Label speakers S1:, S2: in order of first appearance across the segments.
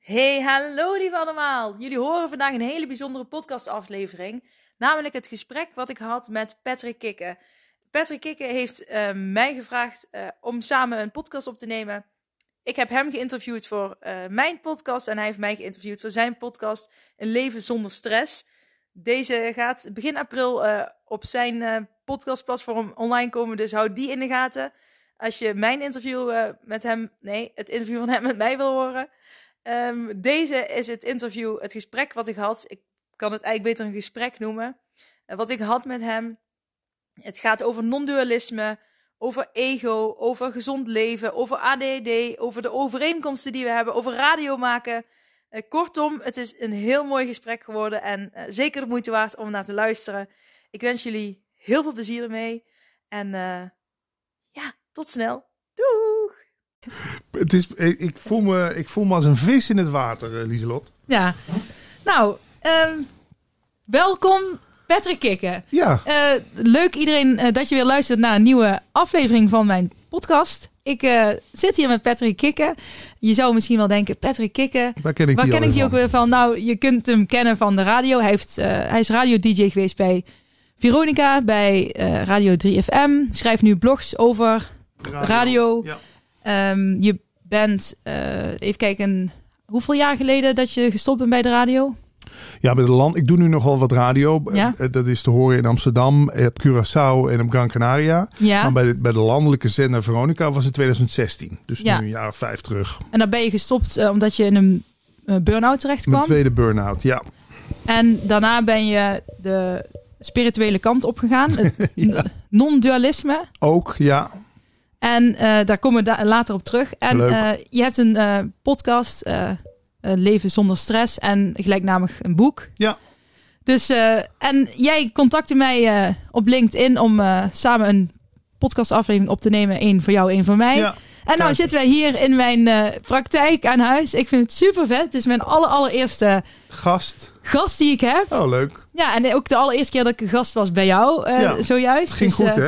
S1: Hey, hallo lieve allemaal. Jullie horen vandaag een hele bijzondere podcastaflevering. Namelijk het gesprek wat ik had met Patrick Kikke. Patrick Kikke heeft mij gevraagd om samen een podcast op te nemen. Ik heb hem geïnterviewd voor mijn podcast en hij heeft mij geïnterviewd voor zijn podcast Een leven zonder stress. Deze gaat begin april op zijn podcastplatform online komen, dus houd die in de gaten. Als je mijn interview het interview van hem met mij wil horen. Deze is het interview, het gesprek wat ik had. Ik kan het eigenlijk beter een gesprek noemen. Wat ik had met hem. Het gaat over non-dualisme, over ego, over gezond leven, over ADHD, over de overeenkomsten die we hebben, over radio maken. Kortom, het is een heel mooi gesprek geworden en zeker de moeite waard om naar te luisteren. Ik wens jullie heel veel plezier ermee. En tot snel. Doeg!
S2: Ik voel me als een vis in het water, Lieselot.
S1: Ja, nou, welkom Patrick Kikke.
S2: Ja.
S1: Leuk iedereen dat je weer luistert naar een nieuwe aflevering van mijn podcast. Ik zit hier met Patrick Kikke. Je zou misschien wel denken, Patrick Kikke, waar ken ik die ook weer van? Nou, je kunt hem kennen van de radio. Hij is radio-dj geweest bij Veronica, bij Radio 3FM. Schrijft nu blogs over radio. Ja. Je bent, even kijken, hoeveel jaar geleden dat je gestopt bent bij de radio?
S2: Ja, bij de land. Ik doe nu nog wel wat radio. Ja? Dat is te horen in Amsterdam, op Curaçao en op Gran Canaria. Ja. Maar bij de landelijke zender Veronica was het 2016. Dus nu een jaar of 5 terug.
S1: En dan ben je gestopt omdat je in een burn-out terecht kwam?
S2: Mijn tweede burn-out, ja.
S1: En daarna ben je de spirituele kant opgegaan. Het non-dualisme.
S2: Ook, ja.
S1: En daar komen we later op terug. En je hebt een podcast, Leven zonder stress en gelijknamig een boek. Ja. Dus, en jij contacte mij op LinkedIn om samen een podcastaflevering op te nemen. Eén voor jou, één voor mij. Ja, en nou zitten wij hier in mijn praktijk aan huis. Ik vind het super vet. Het is mijn allereerste gast die ik heb.
S2: Oh, leuk.
S1: Ja, en ook de allereerste keer dat ik een gast was bij jou, zojuist.
S2: Het ging goed, hè?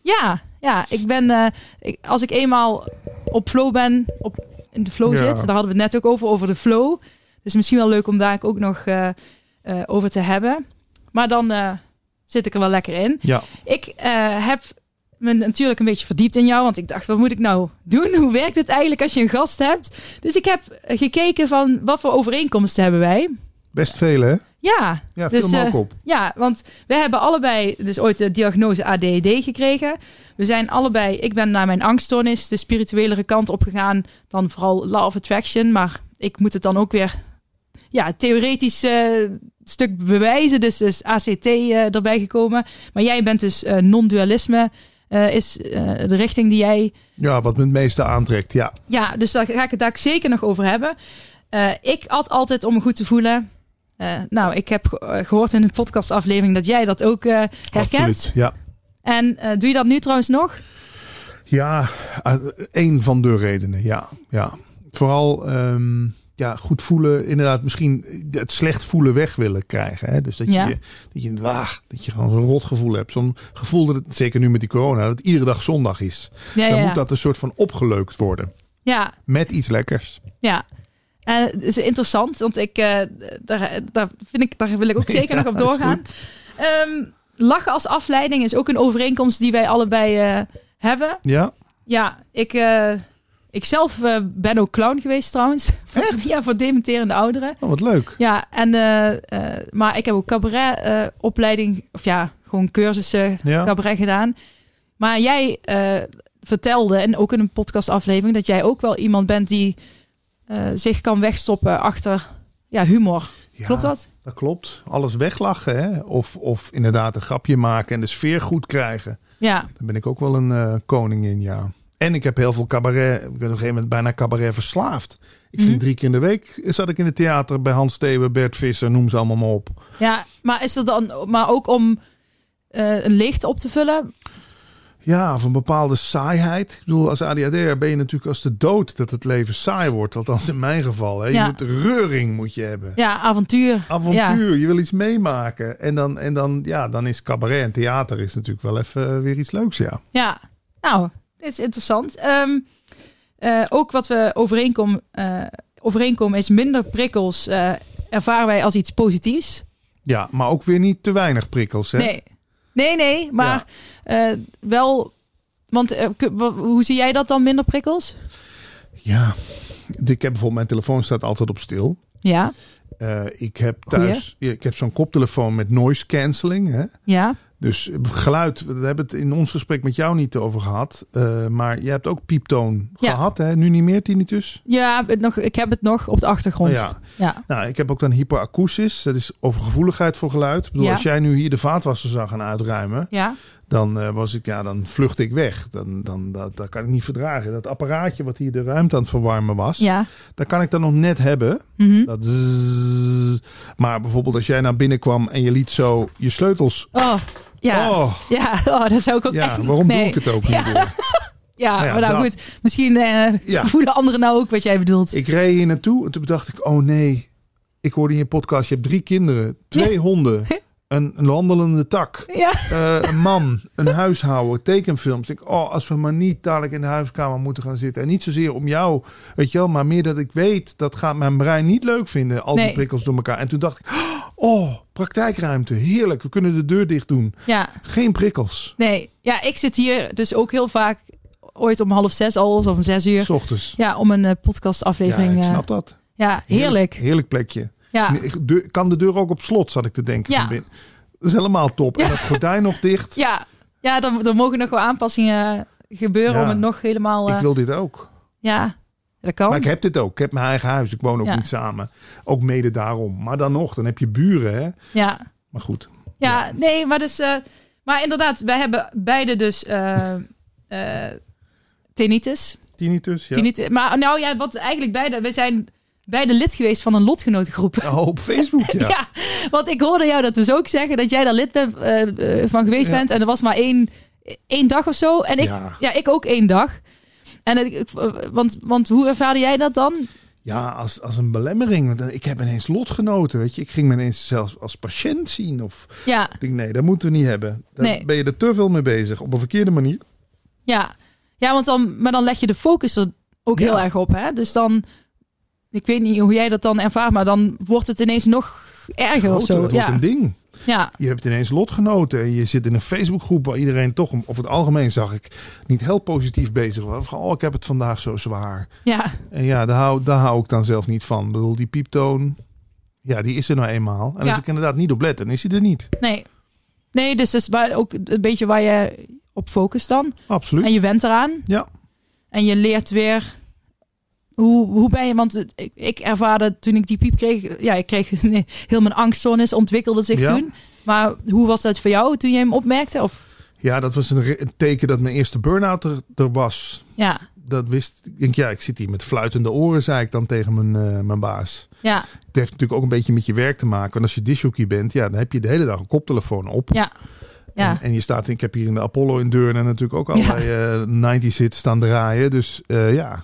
S1: Ja, ik ben, als ik eenmaal op flow ben, in de flow zit, daar hadden we het net ook over de flow. Dus misschien wel leuk om daar ook nog over te hebben. Maar dan zit ik er wel lekker in. Ja. Ik heb me natuurlijk een beetje verdiept in jou, want ik dacht, wat moet ik nou doen? Hoe werkt het eigenlijk als je een gast hebt? Dus ik heb gekeken van, wat voor overeenkomsten hebben wij?
S2: Best veel, hè?
S1: Ja,
S2: dus, me ook op.
S1: Ja, want we hebben allebei dus ooit de diagnose ADHD gekregen. We zijn allebei, ik ben naar mijn angststoornis de spirituelere kant opgegaan. Dan vooral Law of Attraction. Maar ik moet het dan ook weer theoretisch stuk bewijzen. Dus ACT erbij gekomen. Maar jij bent dus non-dualisme is de richting die jij...
S2: Ja, wat me het meeste aantrekt, ja.
S1: Ja, dus daar ga ik het daar zeker nog over hebben. Ik at altijd om me goed te voelen. Ik heb gehoord in een podcastaflevering dat jij dat ook herkent.
S2: Absoluut, ja.
S1: En doe je dat nu trouwens nog?
S2: Ja, één van de redenen, ja. Vooral goed voelen, inderdaad misschien het slecht voelen weg willen krijgen. Hè? Dus dat je gewoon een rot gevoel hebt. Zo'n gevoel dat het, zeker nu met die corona, dat het iedere dag zondag is. Dan moet dat een soort van opgeleukt worden. Ja. Met iets lekkers.
S1: Ja. Het is interessant, want daar wil ik ook zeker nog op doorgaan. Lachen als afleiding is ook een overeenkomst die wij allebei hebben. Ja? Ja, ik zelf ben ook clown geweest trouwens.
S2: Echt?
S1: Ja, voor dementerende ouderen.
S2: Oh, wat leuk.
S1: Ja, en maar ik heb ook cabaret opleiding, of gewoon cursussen cabaret gedaan. Maar jij vertelde, en ook in een podcastaflevering, dat jij ook wel iemand bent die zich kan wegstoppen achter humor.
S2: Ja,
S1: klopt dat?
S2: Dat klopt. Alles weglachen, hè? Of inderdaad een grapje maken en de sfeer goed krijgen. Ja. Daar ben ik ook wel een koning in, ja. En ik heb heel veel cabaret. Ik ben op een gegeven moment bijna cabaret verslaafd. Ik ging 3 keer in de week zat ik in het theater bij Hans Steeuwen, Bert Visser, noem ze allemaal maar op. Ja,
S1: maar is dat dan ook om een leegte op te vullen?
S2: Ja, of een bepaalde saaiheid. Ik bedoel, als ADHD'er ben je natuurlijk als de dood dat het leven saai wordt. Althans in mijn geval. Hè. Je moet reuring moet je hebben.
S1: Ja, avontuur.
S2: Avontuur, je wil iets meemaken. En dan is cabaret en theater is natuurlijk wel even weer iets leuks, ja.
S1: Ja, nou, dit is interessant. Ook wat we overeenkomen is minder prikkels ervaren wij als iets positiefs.
S2: Ja, maar ook weer niet te weinig prikkels, hè?
S1: Nee, maar wel... Want hoe zie jij dat dan, minder prikkels?
S2: Ja, ik heb bijvoorbeeld... Mijn telefoon staat altijd op stil.
S1: Ja.
S2: Ik heb thuis... Ik heb zo'n koptelefoon met noise cancelling, hè?
S1: Ja.
S2: Dus geluid, we hebben het in ons gesprek met jou niet over gehad. Maar je hebt ook pieptoon gehad, hè? Nu niet meer, tinnitus?
S1: Ja, ik heb het nog op de achtergrond.
S2: Ja. Nou, ik heb ook dan hyperakoestisch. Dat is overgevoeligheid voor geluid. Ik bedoel, als jij nu hier de vaatwasser zou gaan uitruimen...
S1: Ja.
S2: Dan dan vlucht ik weg. Dat kan ik niet verdragen. Dat apparaatje wat hier de ruimte aan het verwarmen was, dat kan ik dan nog net hebben.
S1: Mm-hmm.
S2: Dat maar bijvoorbeeld als jij naar binnen kwam en je liet zo je sleutels.
S1: Dat zou ik ook echt.
S2: Waarom doe ik het ook niet meer?
S1: Maar goed. Misschien voelen anderen nou ook wat jij bedoelt.
S2: Ik reed hier naartoe en toen dacht ik, oh nee. Ik hoorde in je podcast, je hebt 3 kinderen, 2 honden. Een wandelende tak. Een man. Een huishouden. Tekenfilms. Ik denk, als we maar niet dadelijk in de huiskamer moeten gaan zitten. En niet zozeer om jou, weet je wel. Maar meer dat ik weet, dat gaat mijn brein niet leuk vinden. Al die prikkels door elkaar. En toen dacht ik, praktijkruimte. Heerlijk. We kunnen de deur dicht doen. Ja. Geen prikkels.
S1: Nee. Ja, ik zit hier dus ook heel vaak ooit om 5:30 al. Of om 6 uur.
S2: 's ochtends.
S1: Ja, om een podcastaflevering.
S2: Ja, ik snap dat.
S1: Ja, heerlijk.
S2: Heerlijk plekje.
S1: Ja.
S2: Kan de deur ook op slot, zat ik te denken.
S1: Ja.
S2: Van binnen. Dat is helemaal top. En dat gordijn nog dicht.
S1: Ja, er mogen nog wel aanpassingen gebeuren om het nog helemaal...
S2: Ik wil dit ook.
S1: Ja, dat kan.
S2: Maar ik heb dit ook. Ik heb mijn eigen huis. Ik woon ook niet samen. Ook mede daarom. Maar dan nog, dan heb je buren, hè?
S1: Ja.
S2: Maar goed.
S1: Ja, nee, maar dus... maar inderdaad, wij hebben beide dus tinnitus.
S2: Tinnitus, ja.
S1: Maar nou ja, wat eigenlijk beide... We zijn... beide lid geweest van een lotgenotengroep.
S2: Oh, op Facebook, ja.
S1: Ja, want ik hoorde jou dat dus ook zeggen... dat jij daar lid van geweest bent. En er was maar één dag of zo. En ik ook 1 dag. En want hoe ervaarde jij dat dan?
S2: Ja, als een belemmering. Ik heb ineens lotgenoten, weet je. Ik ging me ineens zelfs als patiënt zien. Ik denk, nee, dat moeten we niet hebben. Daar ben je er te veel mee bezig. Op een verkeerde manier.
S1: Ja, want dan leg je de focus er ook heel erg op, hè? Dus dan... Ik weet niet hoe jij dat dan ervaart, maar dan wordt het ineens nog erger of zo.
S2: Het wordt een ding.
S1: Ja.
S2: Je hebt ineens lotgenoten en je zit in een Facebookgroep waar iedereen toch, over het algemeen zag ik, niet heel positief bezig was. Ik heb het vandaag zo zwaar. Ja. En daar hou ik dan zelf niet van. Ik bedoel, die pieptoon, die is er nou eenmaal. En als ik inderdaad niet op let, dan is hij er niet. Nee, dus dat is ook een beetje waar je op focust dan. Absoluut. En je went eraan. Ja. En je leert weer... Hoe ben je, want ik ervaarde toen ik die piep kreeg... ik kreeg heel mijn angststoornis ontwikkelde zich toen. Maar hoe was dat voor jou toen je hem opmerkte? Of? Ja, dat was een teken dat mijn eerste burn-out er was. Ja. Dat wist ik. Ik zit hier met fluitende oren, zei ik dan tegen mijn baas. Ja. Het heeft natuurlijk ook een beetje met je werk te maken. Want als je discjockey bent, dan heb je de hele dag een koptelefoon op. Ja. Ja. En je staat, ik heb hier in de Apollo in Deurne natuurlijk ook allerlei 90's hits staan draaien. Dus Ja.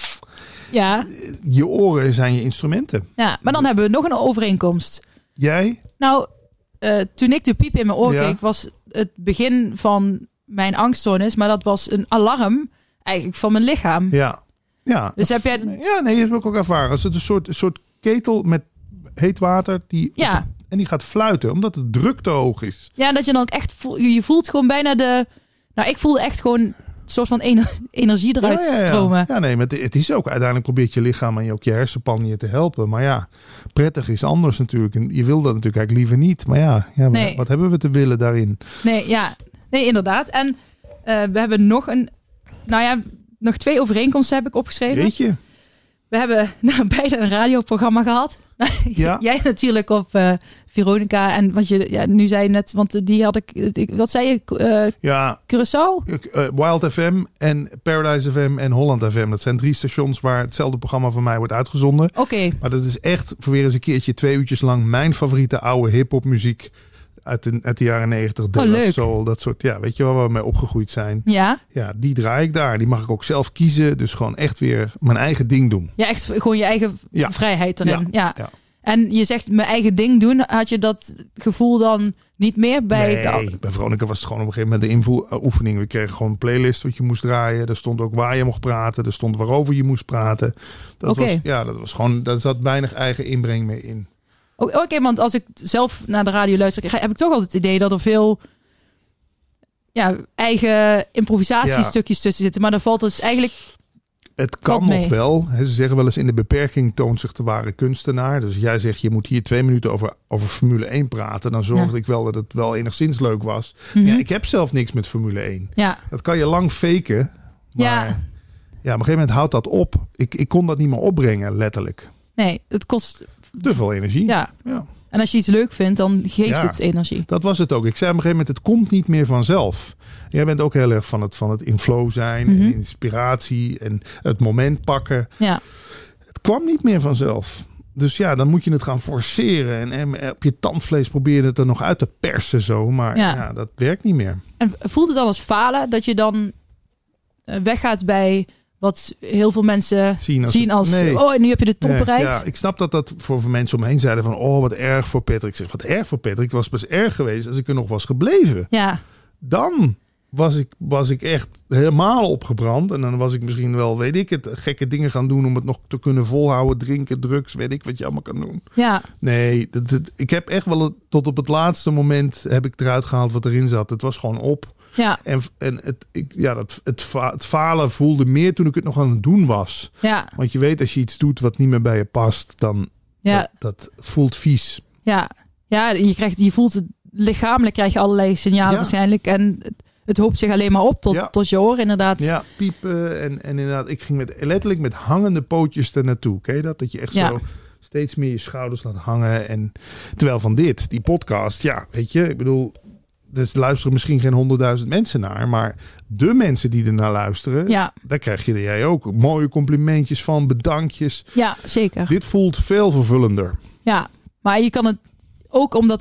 S2: Je oren zijn je instrumenten. Ja, maar dan hebben we nog een overeenkomst. Jij? Nou, toen ik de piep in mijn oor kreeg, was het begin van mijn angststoornis. Maar dat was een alarm eigenlijk van mijn lichaam. Ja. Dus heb jij... Ja, nee, dat heb ik ook ervaren. Als het een soort ketel met heet water en die gaat fluiten, omdat de druk te hoog is. Ja, dat je dan ook echt je voelt gewoon bijna Nou, ik voelde echt gewoon... een soort van energie eruit stromen. Ja, nee, maar het is ook... Uiteindelijk probeert je lichaam en ook je hersenpan je te helpen. Maar prettig is anders natuurlijk. En je wil dat natuurlijk eigenlijk liever niet. Maar nee. Wat hebben we te willen daarin? Nee, inderdaad. En we hebben nog nog 2 overeenkomsten heb ik opgeschreven. Weet je? We hebben beide een radioprogramma gehad. Ja. Jij natuurlijk op Veronica. En wat je nu zei net, want die had ik wat zei je? Curaçao? Wild FM en Paradise FM en Holland FM. Dat zijn 3 stations waar hetzelfde programma van mij wordt uitgezonden. Oké. Maar dat is echt voor weer eens een keertje 2 uurtjes lang mijn favoriete oude hip-hop muziek. Uit de jaren 90, Della Soul, dat soort, weet je waar we mee opgegroeid zijn. Ja. Ja, die draai ik daar. Die mag ik ook zelf kiezen. Dus gewoon echt weer mijn eigen ding doen. Ja, echt gewoon je eigen vrijheid erin. Ja. En je zegt mijn eigen ding doen. Had je dat gevoel dan
S1: niet meer bij...
S2: Nee, bij Veronica was het gewoon op een gegeven moment de invoeroefening. We kregen gewoon een playlist wat je moest draaien. Er stond ook waar je mocht praten. Er stond waarover je moest praten. Dat was gewoon, daar zat weinig eigen inbreng mee in.
S1: Oké, want als ik zelf naar de radio luister, heb ik toch altijd het idee dat er veel eigen improvisatiestukjes tussen zitten. Maar daar valt dus eigenlijk...
S2: Het kan nog wel. Ze zeggen wel eens in de beperking toont zich de ware kunstenaar. Dus jij zegt je moet hier 2 minuten over Formule 1 praten. Dan zorgde ik wel dat het wel enigszins leuk was. Mm-hmm. Ja, ik heb zelf niks met Formule 1. Ja. Dat kan je lang faken. Maar op een gegeven moment houdt dat op. Ik kon dat niet meer opbrengen, letterlijk.
S1: Nee, het kost...
S2: te veel energie.
S1: Ja. En als je iets leuk vindt, dan geeft het energie. Dat
S2: was het ook. Ik zei op een gegeven moment, het komt niet meer vanzelf. Jij bent ook heel erg van het in flow zijn, en inspiratie en het moment pakken. Ja. Het kwam niet meer vanzelf. Dus dan moet je het gaan forceren. En op je tandvlees probeer je het er nog uit te persen zo. Maar dat werkt niet meer.
S1: En voelt het dan als falen dat je dan weggaat bij... wat heel veel mensen zien als en nu heb je de top bereikt.
S2: Ja, ik snap dat voor mensen omheen zeiden van... wat erg voor Patrick. Ik zeg, wat erg voor Patrick? Het was best erg geweest als ik er nog was gebleven. Ja. Dan was ik echt helemaal opgebrand. En dan was ik misschien wel, weet ik het... gekke dingen gaan doen om het nog te kunnen volhouden. Drinken, drugs, weet ik wat je allemaal kan doen. Ja. Nee, ik heb echt wel tot op het laatste moment... heb ik eruit gehaald wat erin zat. Het was gewoon op. Ja. En het falen voelde meer toen ik het nog aan het doen was. Ja. Want je weet, als je iets doet wat niet meer bij je past, dan dat voelt vies. Ja,
S1: je voelt het lichamelijk, krijg je allerlei signalen waarschijnlijk. En het hoopt zich alleen maar op tot je oor, inderdaad.
S2: Ja, piepen en inderdaad. Ik ging letterlijk met hangende pootjes er naartoe. Ken je dat? Dat je echt zo steeds meer je schouders laat hangen. En terwijl van die podcast, weet je, ik bedoel... Dus luisteren misschien geen 100.000 mensen naar. Maar de mensen die er naar luisteren... daar krijg jij ook mooie complimentjes van, bedankjes.
S1: Ja, zeker.
S2: Dit voelt veel vervullender.
S1: Ja, maar je kan het ook omdat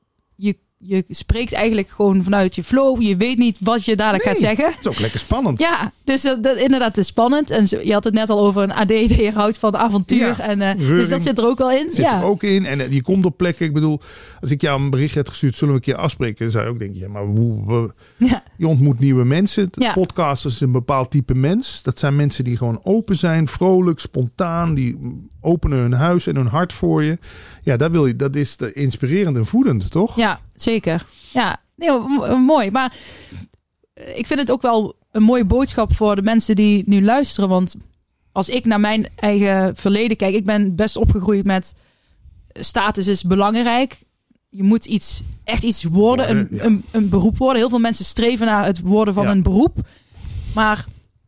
S1: je spreekt eigenlijk gewoon vanuit je flow. Je weet niet wat je dadelijk gaat zeggen.
S2: Het is ook lekker spannend.
S1: Ja, dus dat inderdaad is spannend. En je had het net al over een AD die je houdt van avontuur. Ja, dus dat zit er ook wel in.
S2: Zit er ook in. En je komt op plekken. Ik bedoel, als ik jou een berichtje had gestuurd, zullen we een keer afspreken? Dan zou je ook denken, maar je ontmoet nieuwe mensen. Podcasters is een bepaald type mens. Dat zijn mensen die gewoon open zijn, vrolijk, spontaan. Die openen hun huis en hun hart voor je. Ja, dat is inspirerend en voedend, toch?
S1: Ja, zeker. Ja, mooi. Maar ik vind het ook wel een mooie boodschap voor de mensen die nu luisteren. Want als ik naar mijn eigen verleden kijk, ik ben best opgegroeid met status is belangrijk. Je moet echt iets worden, een beroep worden. Heel veel mensen streven naar het worden van een beroep. Maar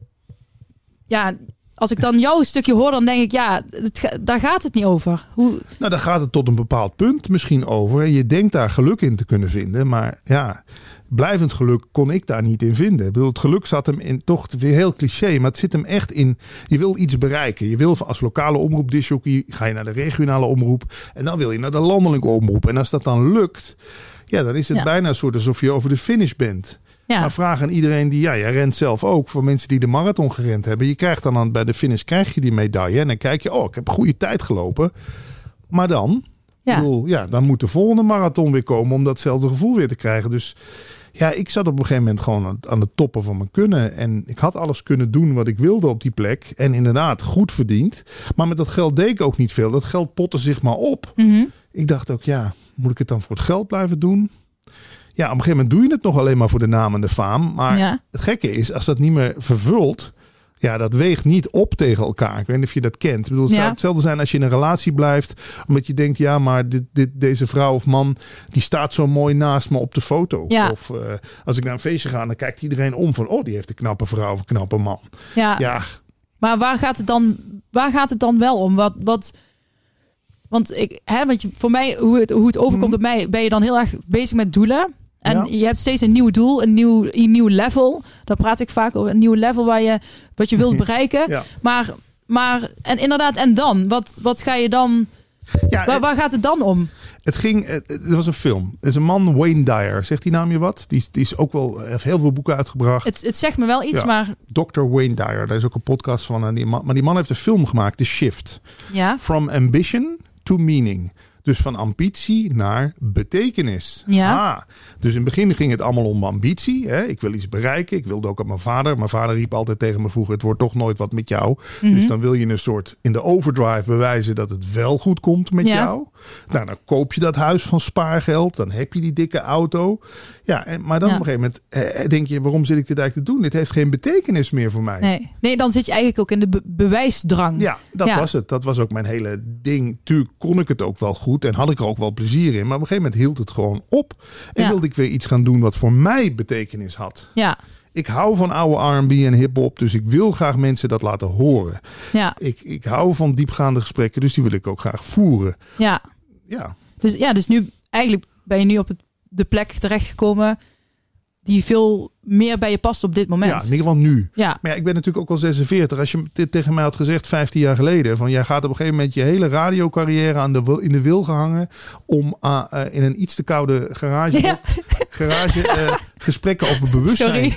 S1: als ik dan jouw stukje hoor, dan denk ik, daar gaat het niet over.
S2: Nou, daar gaat het tot een bepaald punt misschien over. En je denkt daar geluk in te kunnen vinden. Maar blijvend geluk kon ik daar niet in vinden. Ik bedoel, het geluk zat hem in, toch weer heel cliché, maar het zit hem echt in, je wil iets bereiken. Je wil als lokale omroepdisjockey, ga je naar de regionale omroep en dan wil je naar de landelijke omroep. En als dat dan lukt, dan is het bijna een soort alsof je over de finish bent. Ja. Maar vraag aan iedereen die, jij rent zelf ook, voor mensen die de marathon gerend hebben. Je krijgt dan bij de finish krijg je die medaille en dan kijk je, ik heb een goede tijd gelopen. Maar dan, dan moet de volgende marathon weer komen om datzelfde gevoel weer te krijgen. Dus ik zat op een gegeven moment gewoon aan de toppen van mijn kunnen. En ik had alles kunnen doen wat ik wilde op die plek. En inderdaad, goed verdiend. Maar met dat geld deed ik ook niet veel. Dat geld potte zich maar op. Mm-hmm. Ik dacht ook, moet ik het dan voor het geld blijven doen? Ja, op een gegeven moment doe je het nog alleen maar voor de naam en de faam. Maar het gekke is, als dat niet meer vervult, dat weegt niet op tegen elkaar. Ik weet niet of je dat kent. Ik bedoel, het zou hetzelfde zijn als je in een relatie blijft, omdat je denkt, maar deze vrouw of man, die staat zo mooi naast me op de foto. Ja. Of als ik naar een feestje ga, dan kijkt iedereen om van, die heeft een knappe vrouw of een knappe man. Ja.
S1: Maar waar gaat het dan wel om? Want voor mij, hoe het overkomt op mij, ben je dan heel erg bezig met doelen. En je hebt steeds een nieuw doel, een nieuw level. Daar praat ik vaak over. Een nieuw level wat je wilt bereiken. Ja. Maar en inderdaad, en dan? Wat ga je dan... waar gaat het dan om?
S2: Het was een film. Er is een man, Wayne Dyer. Zegt die naam je wat? Die is ook wel, heeft heel veel boeken uitgebracht.
S1: Het zegt me wel iets, maar...
S2: Dr. Wayne Dyer. Daar is ook een podcast van. Maar die man heeft een film gemaakt, The Shift. Ja. From Ambition to Meaning. Dus van ambitie naar betekenis.
S1: Ja.
S2: Dus in het begin ging het allemaal om ambitie. Hè? Ik wil iets bereiken. Ik wilde ook aan mijn vader. Mijn vader riep altijd tegen me vroeger, het wordt toch nooit wat met jou. Mm-hmm. Dus dan wil je een soort in de overdrive bewijzen dat het wel goed komt met jou. Nou, dan koop je dat huis van spaargeld. Dan heb je die dikke auto. Ja, maar dan op een gegeven moment denk je, waarom zit ik dit eigenlijk te doen? Dit heeft geen betekenis meer voor mij.
S1: Nee, dan zit je eigenlijk ook in de bewijsdrang.
S2: Ja, dat was het. Dat was ook mijn hele ding. Tuurlijk kon ik het ook wel goed en had ik er ook wel plezier in. Maar op een gegeven moment hield het gewoon op. En wilde ik weer iets gaan doen wat voor mij betekenis had.
S1: Ja.
S2: Ik hou van oude R&B en hip-hop, dus ik wil graag mensen dat laten horen.
S1: Ja.
S2: Ik hou van diepgaande gesprekken, dus die wil ik ook graag voeren.
S1: Ja. Dus nu eigenlijk ben je nu op de plek terechtgekomen die veel meer bij je past op dit moment.
S2: Ja, in ieder geval nu.
S1: Ja.
S2: Maar ik ben natuurlijk ook al 46. Als je dit tegen mij had gezegd 15 jaar geleden, van jij gaat op een gegeven moment je hele radiocarrière in de wil gehangen om in een iets te koude garage gesprekken over bewustzijn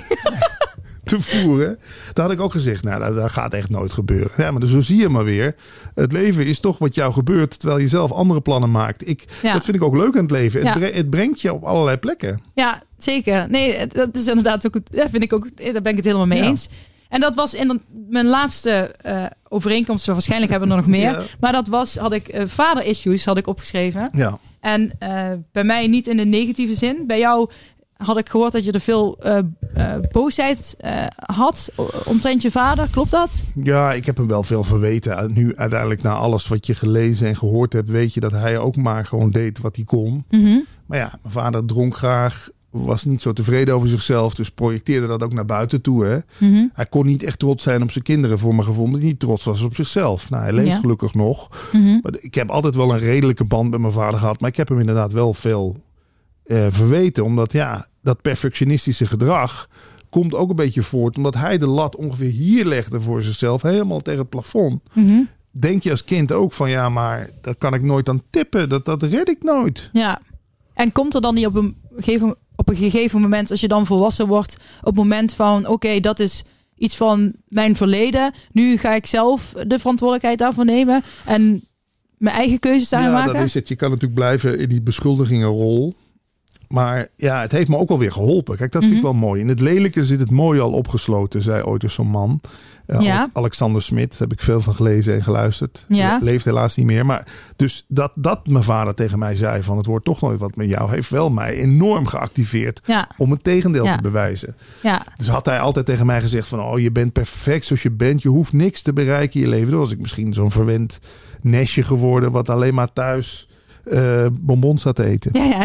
S2: te voeren. Dan had ik ook gezegd, nou, dat gaat echt nooit gebeuren. Ja, maar dus zo zie je maar weer. Het leven is toch wat jou gebeurt, terwijl je zelf andere plannen maakt. Dat vind ik ook leuk aan het leven. Ja. Het brengt je op allerlei plekken. Ja,
S1: zeker. Nee, dat is inderdaad ook, daar ben ik het helemaal mee eens. En dat was in mijn laatste overeenkomst. Waarschijnlijk hebben we er nog meer. Ja. Maar had ik vader-issues had ik opgeschreven.
S2: Ja.
S1: En bij mij niet in de negatieve zin. Bij jou had ik gehoord dat je er veel boosheid had omtrent je vader. Klopt dat?
S2: Ja, ik heb hem wel veel verweten. Nu uiteindelijk na alles wat je gelezen en gehoord hebt, weet je dat hij ook maar gewoon deed wat hij kon.
S1: Mm-hmm.
S2: Maar ja, mijn vader dronk graag. Was niet zo tevreden over zichzelf. Dus projecteerde dat ook naar buiten toe. Hè?
S1: Mm-hmm.
S2: Hij kon niet echt trots zijn op zijn kinderen. Voor mijn gevoel. Omdat hij niet trots was op zichzelf. Nou, hij leeft gelukkig nog.
S1: Mm-hmm.
S2: Maar ik heb altijd wel een redelijke band met mijn vader gehad. Maar ik heb hem inderdaad wel veel verweten. Omdat dat perfectionistische gedrag komt ook een beetje voort. Omdat hij de lat ongeveer hier legde voor zichzelf. Helemaal tegen het plafond.
S1: Mm-hmm.
S2: Denk je als kind ook van maar daar kan ik nooit aan tippen. Dat red ik nooit.
S1: Ja. En komt er dan niet op een gegeven moment, als je dan volwassen wordt, op het moment van oké, dat is iets van mijn verleden. Nu ga ik zelf de verantwoordelijkheid daarvoor nemen en mijn eigen keuzes daarin maken?
S2: Ja, dat is het. Je kan natuurlijk blijven in die beschuldigingenrol. Maar ja, het heeft me ook alweer geholpen. Kijk, dat vind ik wel mooi. In het lelijke zit het mooi al opgesloten, zei ooit eens zo'n man. Alexander Smit, daar heb ik veel van gelezen en geluisterd.
S1: Ja.
S2: Leeft helaas niet meer. Maar dus dat mijn vader tegen mij zei van het wordt toch nooit wat met jou, heeft wel mij enorm geactiveerd om het tegendeel te bewijzen.
S1: Ja.
S2: Dus had hij altijd tegen mij gezegd van je bent perfect zoals je bent. Je hoeft niks te bereiken in je leven. Dan was ik misschien zo'n verwend nestje geworden wat alleen maar thuis bonbons zat te eten.
S1: Ja.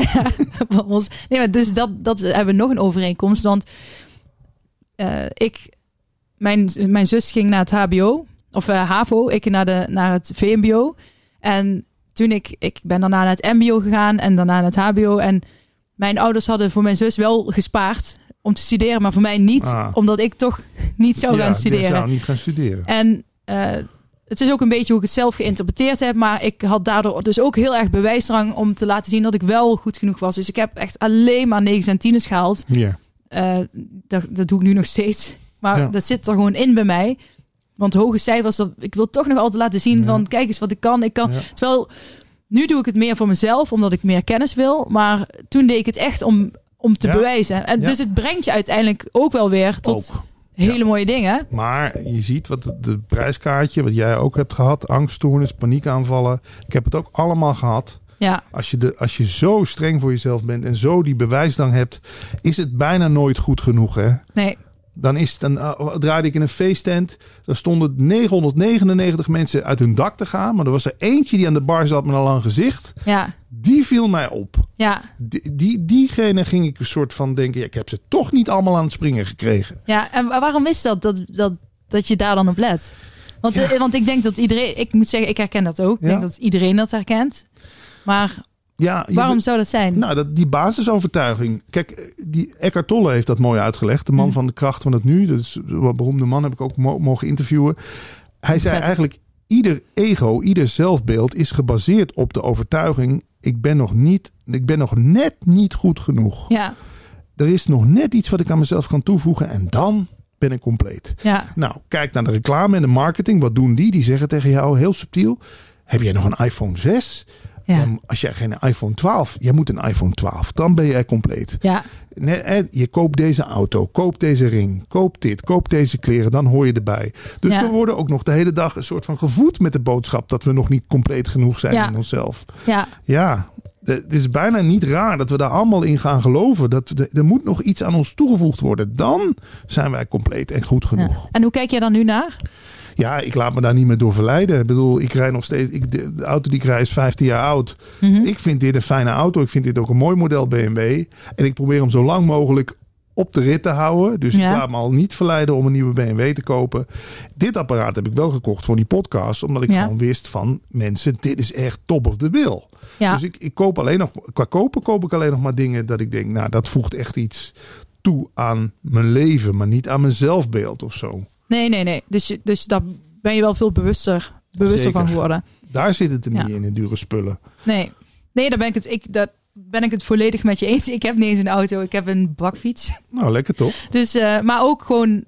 S1: Nee, maar dus dat hebben we nog een overeenkomst. Want mijn zus ging naar het HBO of HAVO. Ik naar het VMBO. En toen ik ben daarna naar het MBO gegaan en daarna naar het HBO. En mijn ouders hadden voor mijn zus wel gespaard om te studeren, maar voor mij niet, omdat ik toch niet zou gaan studeren.
S2: Ja, zou niet gaan studeren.
S1: En het is ook een beetje hoe ik het zelf geïnterpreteerd heb. Maar ik had daardoor dus ook heel erg bewijsdrang om te laten zien dat ik wel goed genoeg was. Dus ik heb echt alleen maar 9's en 10's gehaald.
S2: Ja.
S1: Dat doe ik nu nog steeds. Maar dat zit er gewoon in bij mij. Want hoge cijfers, ik wil toch nog altijd laten zien van kijk eens wat ik kan. Terwijl nu doe ik het meer voor mezelf, omdat ik meer kennis wil. Maar toen deed ik het echt om te bewijzen. En dus het brengt je uiteindelijk ook wel weer tot hele mooie dingen.
S2: Maar je ziet wat het prijskaartje, wat jij ook hebt gehad. Angststoornis, paniekaanvallen. Ik heb het ook allemaal gehad.
S1: Ja.
S2: Als je zo streng voor jezelf bent en zo die bewijsdrang hebt, is het bijna nooit goed genoeg, hè?
S1: Nee.
S2: Dan draaide ik in een feesttent. Daar stonden 999 mensen uit hun dak te gaan. Maar er was er eentje die aan de bar zat met een lang gezicht.
S1: Ja.
S2: Die viel mij op.
S1: Ja.
S2: Diegene ging ik een soort van denken, ik heb ze toch niet allemaal aan het springen gekregen.
S1: Ja, en waarom is dat je daar dan op let? Want ik denk dat iedereen, ik moet zeggen, ik herken dat ook. Ik denk dat iedereen dat herkent. Maar waarom zou dat zijn?
S2: Nou, die basisovertuiging. Kijk, die Eckhart Tolle heeft dat mooi uitgelegd. De man van de kracht van het nu. Dat is een beroemde man, heb ik ook mogen interviewen. Hij zei eigenlijk, ieder ego, ieder zelfbeeld is gebaseerd op de overtuiging, ik ben nog net niet goed genoeg.
S1: Ja.
S2: Er is nog net iets wat ik aan mezelf kan toevoegen en dan ben ik compleet.
S1: Ja.
S2: Nou, kijk naar de reclame en de marketing. Wat doen die? Die zeggen tegen jou heel subtiel, heb jij nog een iPhone 6?
S1: Ja.
S2: Als jij geen iPhone 12... Jij moet een iPhone 12. Dan ben jij compleet.
S1: Ja.
S2: Je koopt deze auto. Koop deze ring. Koop dit. Koop deze kleren. Dan hoor je erbij. Dus we worden ook nog de hele dag een soort van gevoed met de boodschap... dat we nog niet compleet genoeg zijn in onszelf. Ja. Het is bijna niet raar dat we daar allemaal in gaan geloven. Er moet nog iets aan ons toegevoegd worden. Dan zijn wij compleet en goed genoeg.
S1: Ja. En hoe kijk jij dan nu naar?
S2: Ja, ik laat me daar niet meer door verleiden. Ik bedoel, ik rij nog steeds... De auto die ik rij is 15 jaar oud. Mm-hmm. Ik vind dit een fijne auto. Ik vind dit ook een mooi model BMW. En ik probeer hem zo lang mogelijk op de rit te houden. Dus ik laat me al niet verleiden om een nieuwe BMW te kopen. Dit apparaat heb ik wel gekocht voor die podcast. Omdat ik gewoon wist van mensen, dit is echt top of the bill. Ja. Dus ik koop alleen nog... Qua kopen koop ik alleen nog maar dingen dat ik denk... Nou, dat voegt echt iets toe aan mijn leven. Maar niet aan mijn zelfbeeld of zo.
S1: Nee. Dus daar ben je wel veel bewuster van geworden.
S2: Daar zit het er niet in dure spullen.
S1: Nee, daar ben ik het volledig met je eens. Ik heb niet eens een auto, ik heb een bakfiets.
S2: Nou, lekker toch?
S1: Dus, maar ook gewoon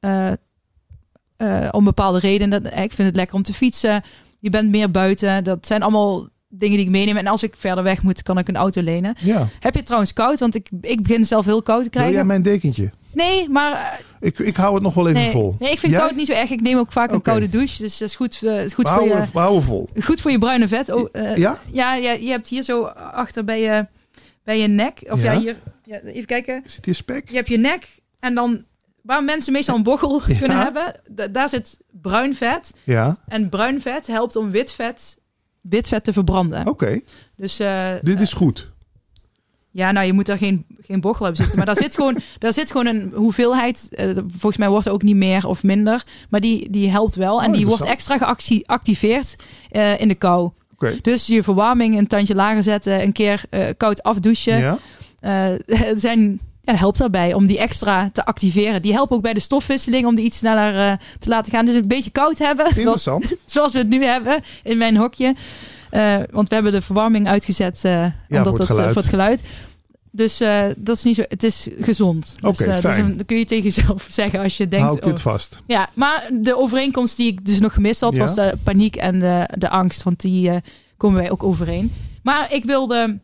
S1: om bepaalde redenen. Ik vind het lekker om te fietsen. Je bent meer buiten. Dat zijn allemaal dingen die ik meeneem. En als ik verder weg moet, kan ik een auto lenen. Ja. Heb je het trouwens koud? Want ik begin zelf heel koud te krijgen.
S2: Wil jij mijn dekentje?
S1: Nee, maar...
S2: Ik hou het nog wel even vol.
S1: Nee, ik vind koud niet zo erg. Ik neem ook vaak een koude douche. Dus dat is goed, voor je...
S2: We houden vol.
S1: Goed voor je bruine vet.
S2: Ja?
S1: Ja, je hebt hier zo achter bij je nek. Of hier... Ja, even kijken.
S2: Zit hier spek?
S1: Je hebt je nek. En dan... Waar mensen meestal een bochel kunnen hebben. Daar zit bruin vet. Ja. En bruin vet helpt om wit vet te verbranden.
S2: Oké.
S1: Dus...
S2: Dit is goed.
S1: Ja, nou, je moet er geen bochel hebben zitten. Maar daar zit gewoon een hoeveelheid. Volgens mij wordt er ook niet meer of minder. Maar die helpt wel. En die wordt extra geactiveerd in de kou. Okay. Dus je verwarming een tandje lager zetten. Een keer koud afdouchen. Ja. Helpt daarbij om die extra te activeren. Die helpen ook bij de stofwisseling om die iets sneller te laten gaan. Dus een beetje koud hebben.
S2: Interessant.
S1: Zoals we het nu hebben in mijn hokje. Want we hebben de verwarming uitgezet voor het geluid. Dus dat is niet zo. Het is gezond.
S2: Oké, fijn.
S1: Dus dan kun je tegen jezelf zeggen als je denkt...
S2: Houd dit vast.
S1: Ja, maar de overeenkomst die ik dus nog gemist had... was de paniek en de angst. Want die komen wij ook overeen. Maar ik wilde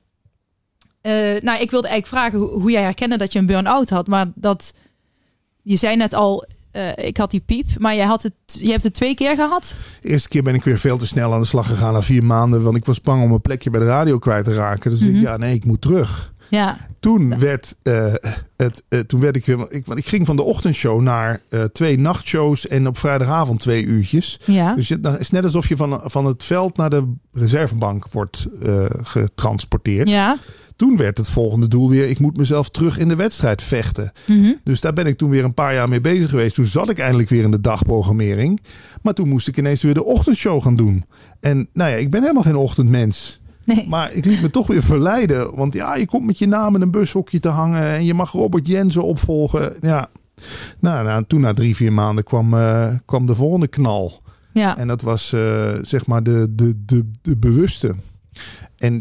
S1: eigenlijk vragen hoe jij herkende dat je een burn-out had. Maar je zei net al... ik had die piep, maar je hebt het 2 keer gehad? De
S2: eerste keer ben ik weer veel te snel aan de slag gegaan na 4 maanden. Want ik was bang om een plekje bij de radio kwijt te raken. Dus ik moet terug. Ja. Toen werd ik weer... Ik ging van de ochtendshow naar 2 nachtshows en op vrijdagavond 2 uurtjes. Ja. Dus het is net alsof je van het veld naar de reservebank wordt getransporteerd. Ja. Toen werd het volgende doel weer... ik moet mezelf terug in de wedstrijd vechten. Mm-hmm. Dus daar ben ik toen weer een paar jaar mee bezig geweest. Toen zat ik eindelijk weer in de dagprogrammering. Maar toen moest ik ineens weer de ochtendshow gaan doen. En ik ben helemaal geen ochtendmens. Nee. Maar ik liet me toch weer verleiden. Want je komt met je naam in een bushokje te hangen... en je mag Robert Jensen opvolgen. Ja. Toen na 3-4 maanden kwam de volgende knal. Ja. En dat was zeg maar de bewuste... En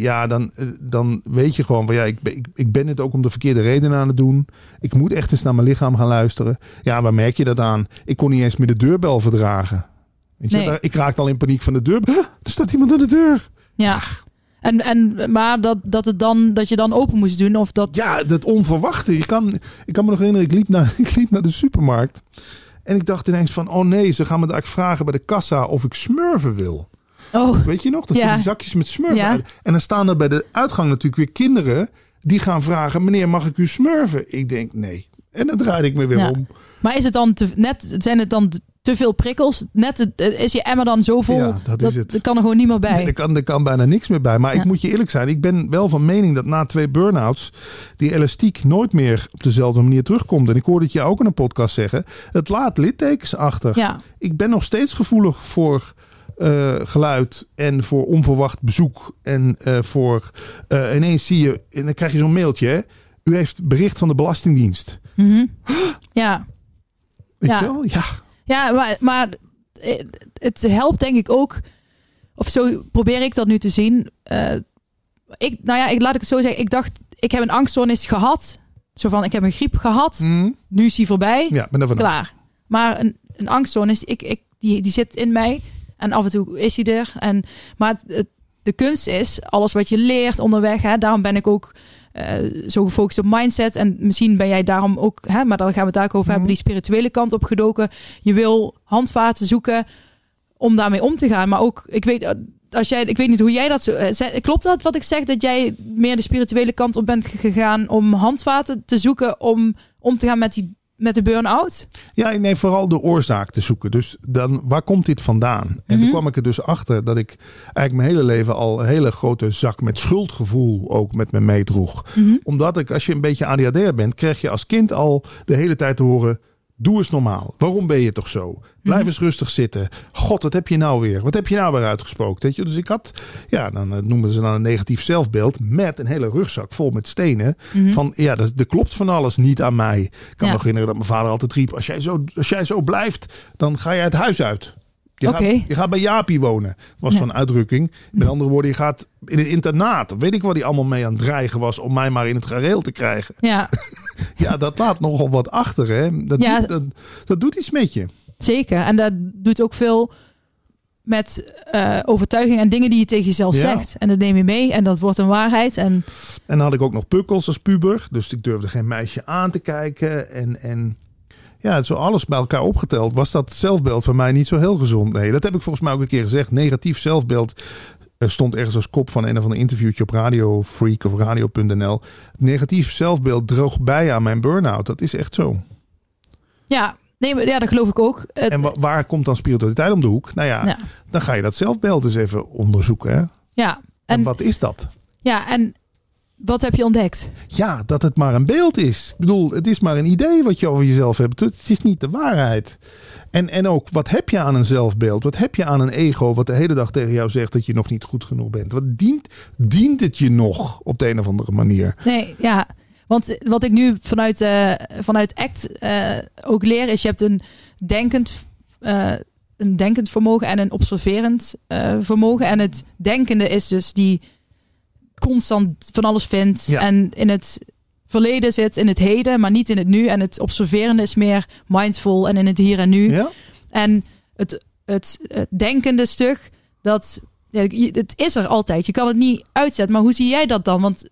S2: dan weet je gewoon van ik ben het ook om de verkeerde redenen aan het doen. Ik moet echt eens naar mijn lichaam gaan luisteren. Ja, waar merk je dat aan? Ik kon niet eens meer de deurbel verdragen. Weet je? Nee. Ik raakte al in paniek van de deur. Er staat iemand aan de deur.
S1: Ja. Maar dat je dan open moest doen of dat...
S2: Ja, dat onverwachte. Ik kan me nog herinneren, ik liep naar de supermarkt. En ik dacht ineens van, oh nee, ze gaan me daar vragen bij de kassa of ik smurfen wil. Oh. Weet je nog? Dat zijn die zakjes met smurfen uit. En dan staan er bij de uitgang natuurlijk weer kinderen die gaan vragen, meneer, mag ik u smurfen? Ik denk, nee. En dan draai ik me weer om.
S1: Maar is het dan zijn het dan te veel prikkels? Is je emmer dan zo vol? Ja, dat is het. Er kan er gewoon niet meer bij.
S2: Nee, er kan bijna niks meer bij. Maar ik moet je eerlijk zijn, ik ben wel van mening dat na 2 burn-outs die elastiek nooit meer op dezelfde manier terugkomt. En ik hoorde het je ook in een podcast zeggen. Het laat littekens achter. Ja. Ik ben nog steeds gevoelig voor geluid en voor onverwacht bezoek en voor ineens zie je en dan krijg je zo'n mailtje. Hè? U heeft bericht van de Belastingdienst.
S1: Mm-hmm. Ja.
S2: Weet je wel? Ja.
S1: Ja, maar het helpt denk ik ook, of zo probeer ik dat nu te zien. Laat ik het zo zeggen. Ik dacht, ik heb een angststoornis gehad. Zo van, ik heb een griep gehad. Mm. Nu is hij voorbij.
S2: Ja, ben er vanaf.
S1: Klaar. Maar een angststoornis, die zit in mij. En af en toe is hij er. Maar de kunst is, alles wat je leert onderweg. Hè, daarom ben ik ook zo gefocust op mindset. En misschien ben jij daarom ook, maar daar gaan we het daar ook over hebben, die spirituele kant op gedoken. Je wil handvaten zoeken om daarmee om te gaan. Maar ook, ik weet niet hoe jij dat... Klopt dat wat ik zeg, dat jij meer de spirituele kant op bent gegaan om handvaten te zoeken om te gaan met de burn-out?
S2: Ja, nee, vooral de oorzaak te zoeken. Dus dan, waar komt dit vandaan? En toen kwam ik er dus achter dat ik eigenlijk mijn hele leven al een hele grote zak met schuldgevoel ook met me meedroeg. Omdat als je een beetje ADHD'er bent, krijg je als kind al de hele tijd te horen: doe eens normaal. Waarom ben je toch zo? Blijf eens rustig zitten. God, wat heb je nou weer? Wat heb je nou weer uitgesproken? Weet je? Dus ik had, dan noemen ze dan een negatief zelfbeeld met een hele rugzak vol met stenen. Van er klopt van alles niet aan mij. Ik kan me nog herinneren dat mijn vader altijd riep: als jij zo blijft, dan ga je het huis uit. Je gaat bij Jaapie wonen. Was zo'n uitdrukking. Met andere woorden, je gaat in een internaat. Weet ik wat hij allemaal mee aan het dreigen was om mij maar in het gareel te krijgen. Ja, dat laat nogal wat achter. Hè? Dat doet iets met je. Zeker. En dat doet ook veel met overtuiging en dingen die je tegen jezelf zegt. En dat neem je mee en dat wordt een waarheid. En dan had ik ook nog pukkels als puber. Dus ik durfde geen meisje aan te kijken. En zo alles bij elkaar opgeteld was dat zelfbeeld van mij niet zo heel gezond. Nee, dat heb ik volgens mij ook een keer gezegd. Negatief zelfbeeld stond ergens als kop van een of ander interviewtje op Radio Freak of Radio.nl. Negatief zelfbeeld droeg bij aan mijn burn-out. Dat is echt zo. Ja, dat geloof ik ook. En waar komt dan spiritualiteit om de hoek? Dan ga je dat zelfbeeld eens even onderzoeken. Hè? Ja. En wat is dat? Ja, en wat heb je ontdekt? Ja, dat het maar een beeld is. Ik bedoel, het is maar een idee wat je over jezelf hebt. Het is niet de waarheid. En ook, wat heb je aan een zelfbeeld? Wat heb je aan een ego wat de hele dag tegen jou zegt dat je nog niet goed genoeg bent? Wat dient het je nog op de een of andere manier? Nee, ja. Want wat ik nu vanuit ACT ook leer is, je hebt een denkend vermogen en een observerend vermogen. En het denkende is dus die constant van alles vindt en in het verleden zit, in het heden, maar niet in het nu. En het observerende is meer mindful en in het hier en nu. Ja? En het denkende stuk, het is er altijd. Je kan het niet uitzetten. Maar hoe zie jij dat dan? Want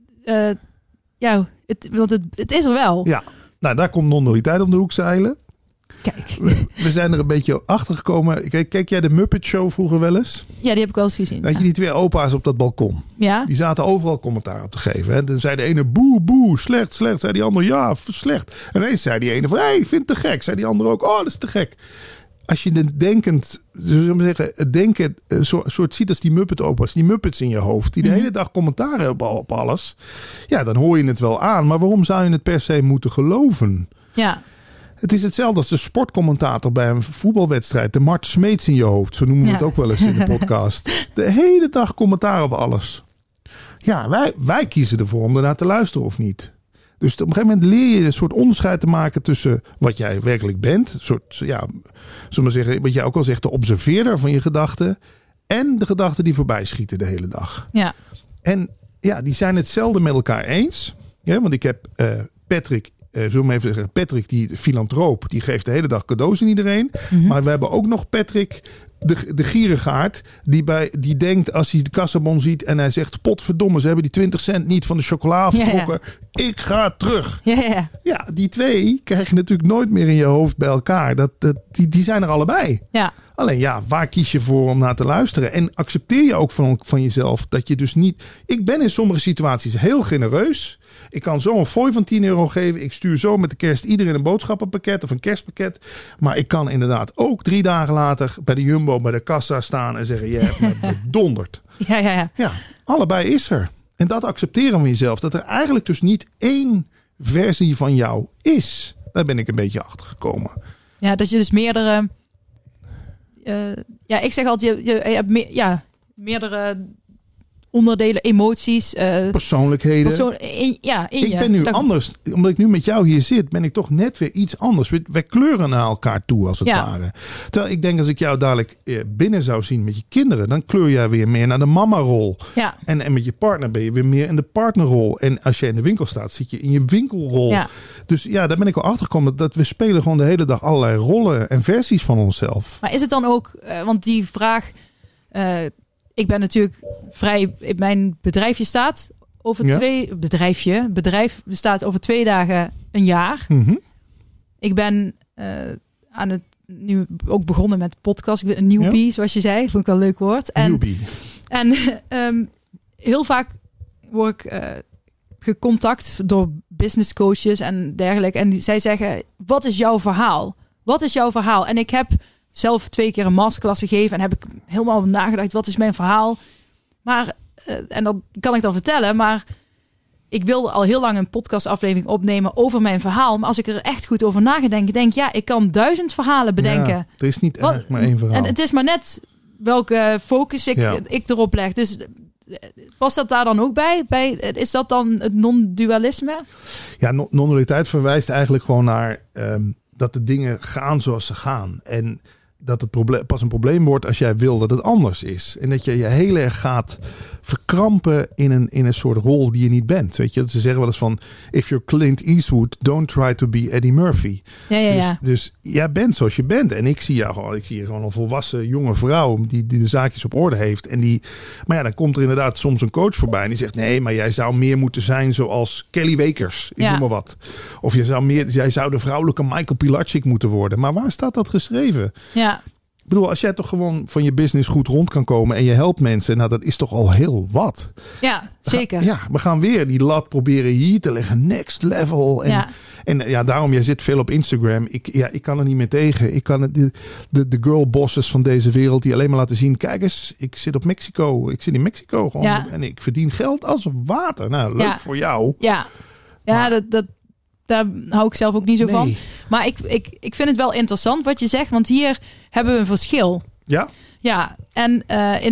S2: het is er wel. Ja, nou daar komt non-dualiteit om de hoek zeilen. Kijk. We zijn er een beetje achter gekomen. Kijk jij de Muppet Show vroeger wel eens? Ja, die heb ik wel eens gezien. Weet je die twee opa's op dat balkon? Ja. Die zaten overal commentaar op te geven. Hè? Dan zei de ene boe, boe, slecht, slecht. Zei die ander ja, slecht. En ineens zei die ene van hey, vind het te gek. Zei die andere ook, oh, dat is te gek. Als je het denkend, zullen we zeggen, het denken soort ziet als die Muppet-opa's, die Muppets in je hoofd, die de hele dag commentaar hebben op alles. Ja, dan hoor je het wel aan. Maar waarom zou je het per se moeten geloven? Ja. Het is hetzelfde als de sportcommentator bij een voetbalwedstrijd. De Mart Smeets in je hoofd. Zo noemen we het ook wel eens in de podcast. De hele dag commentaar op alles. Ja, wij kiezen ervoor om ernaar te luisteren of niet. Dus op een gegeven moment leer je een soort onderscheid te maken tussen wat jij werkelijk bent. Een soort, zullen we maar zeggen, wat jij ook al zegt, de observeerder van je gedachten. En de gedachten die voorbij schieten de hele dag. Ja. En die zijn het zelden met elkaar eens. Ja, want ik heb Patrick... zullen we even zeggen, Patrick, die filantroop, die geeft de hele dag cadeaus aan iedereen. Mm-hmm. Maar we hebben ook nog Patrick, de gierigaard, die denkt als hij de kassabon ziet en hij zegt, potverdomme, ze hebben die 20 cent niet van de chocola vertrokken. Ja. Ik ga terug. Ja. Ja, die twee krijg je natuurlijk nooit meer in je hoofd bij elkaar. Die zijn er allebei. Ja. Alleen waar kies je voor om naar te luisteren? En accepteer je ook van jezelf dat je dus niet... Ik ben in sommige situaties heel genereus. Ik kan zo een fooi van €10 geven. Ik stuur zo met de kerst iedereen een boodschappenpakket of een kerstpakket. Maar ik kan inderdaad ook 3 dagen later bij de Jumbo, bij de kassa staan en zeggen, je hebt me bedonderd. Ja, allebei is er. En dat accepteren van jezelf. Dat er eigenlijk dus niet één versie van jou is. Daar ben ik een beetje achter gekomen. Ja, dat je dus meerdere... ik zeg altijd, je hebt meerdere onderdelen, emoties. Persoonlijkheden. Ik ben nu anders. Omdat ik nu met jou hier zit, ben ik toch net weer iets anders. Wij kleuren naar elkaar toe, als het ware. Terwijl ik denk, als ik jou dadelijk binnen zou zien met je kinderen, dan kleur jij weer meer naar de mama-rol. Ja. En met je partner ben je weer meer in de partnerrol. En als je in de winkel staat, zit je in je winkelrol. Ja. Dus daar ben ik wel achter gekomen dat we spelen gewoon de hele dag allerlei rollen en versies van onszelf. Maar is het dan ook, want die vraag...
S1: ik ben natuurlijk mijn bedrijfje staat over bedrijf bestaat over 2 dagen een jaar.
S2: Mm-hmm.
S1: Ik ben aan het nu ook begonnen met podcast. Ik ben een newbie, zoals je zei. Vond ik wel een leuk woord.
S2: Newbie.
S1: En heel vaak word ik gecontact door business coaches en dergelijke. En zij zeggen, wat is jouw verhaal? Wat is jouw verhaal? En ik heb zelf 2 keer een masterclass gegeven en heb ik helemaal nagedacht, wat is mijn verhaal? Maar, en dat kan ik dan vertellen, maar ik wil al heel lang een podcastaflevering opnemen over mijn verhaal. Maar als ik er echt goed over denk ik kan 1000 verhalen bedenken.
S2: Ja, er is niet eigenlijk maar 1 verhaal.
S1: En het is maar net welke focus ik erop leg. Dus past dat daar dan ook bij? Is dat dan het non-dualisme?
S2: Ja, non-dualiteit verwijst eigenlijk gewoon naar dat de dingen gaan zoals ze gaan. En dat het pas een probleem wordt als jij wil dat het anders is. En dat je heel erg gaat verkrampen in een soort rol die je niet bent. Weet je, ze zeggen wel eens van, if you're Clint Eastwood, don't try to be Eddie Murphy. Dus jij bent zoals je bent. En ik zie je gewoon een volwassen jonge vrouw die de zaakjes op orde heeft. Maar ja, dan komt er inderdaad soms een coach voorbij en die zegt, nee, maar jij zou meer moeten zijn zoals Kelly Wekers. Ik noem maar wat. Of jij zou de vrouwelijke Michael Pilarczyk moeten worden. Maar waar staat dat geschreven?
S1: Ja.
S2: Ik bedoel, als jij toch gewoon van je business goed rond kan komen en je helpt mensen, nou, dat is toch al heel wat.
S1: Ja, zeker.
S2: We gaan weer die lat proberen hier te leggen, next level. En daarom, jij zit veel op Instagram. Ik kan er niet meer tegen. Ik kan de girl bosses van deze wereld die alleen maar laten zien, kijk eens, ik zit op Mexico. Ik zit in Mexico gewoon en ik verdien geld als water. Nou, leuk voor jou.
S1: Ja, maar daar hou ik zelf ook niet zo van. Maar ik vind het wel interessant wat je zegt, want hier hebben we een verschil.
S2: Ja?
S1: Ja, en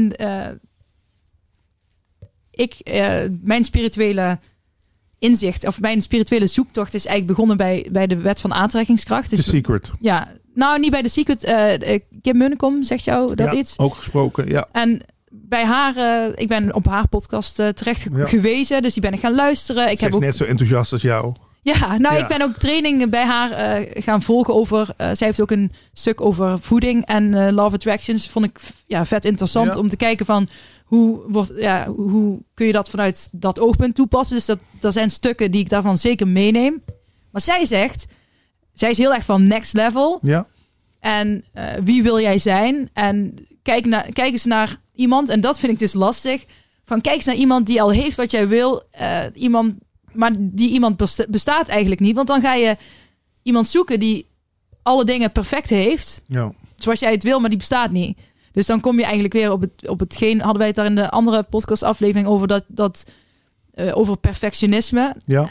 S1: mijn spirituele inzicht, of mijn spirituele zoektocht is eigenlijk begonnen bij de wet van aantrekkingskracht.
S2: The Secret.
S1: Ja, nou niet bij The Secret. Kim Munnekom, zegt jou dat iets?
S2: Ook gesproken, ja.
S1: En bij haar, ik ben op haar podcast terecht gewezen, dus die ben ik gaan luisteren.
S2: Zij is net zo enthousiast als jou.
S1: Ja, ik ben ook trainingen bij haar gaan volgen over. Zij heeft ook een stuk over voeding en Law of Attractions. Vond ik vet interessant om te kijken van hoe kun je dat vanuit dat oogpunt toepassen. Dus dat zijn stukken die ik daarvan zeker meeneem. Maar zij zegt, zij is heel erg van next level. Ja. En wie wil jij zijn? En kijk eens naar iemand, en dat vind ik dus lastig. Van kijk eens naar iemand die al heeft wat jij wil. Maar die iemand bestaat eigenlijk niet. Want dan ga je iemand zoeken die alle dingen perfect heeft. Ja. Zoals jij het wil, maar die bestaat niet. Dus dan kom je eigenlijk weer op hetgeen. Hadden wij het daar in de andere podcastaflevering over over perfectionisme. Ja.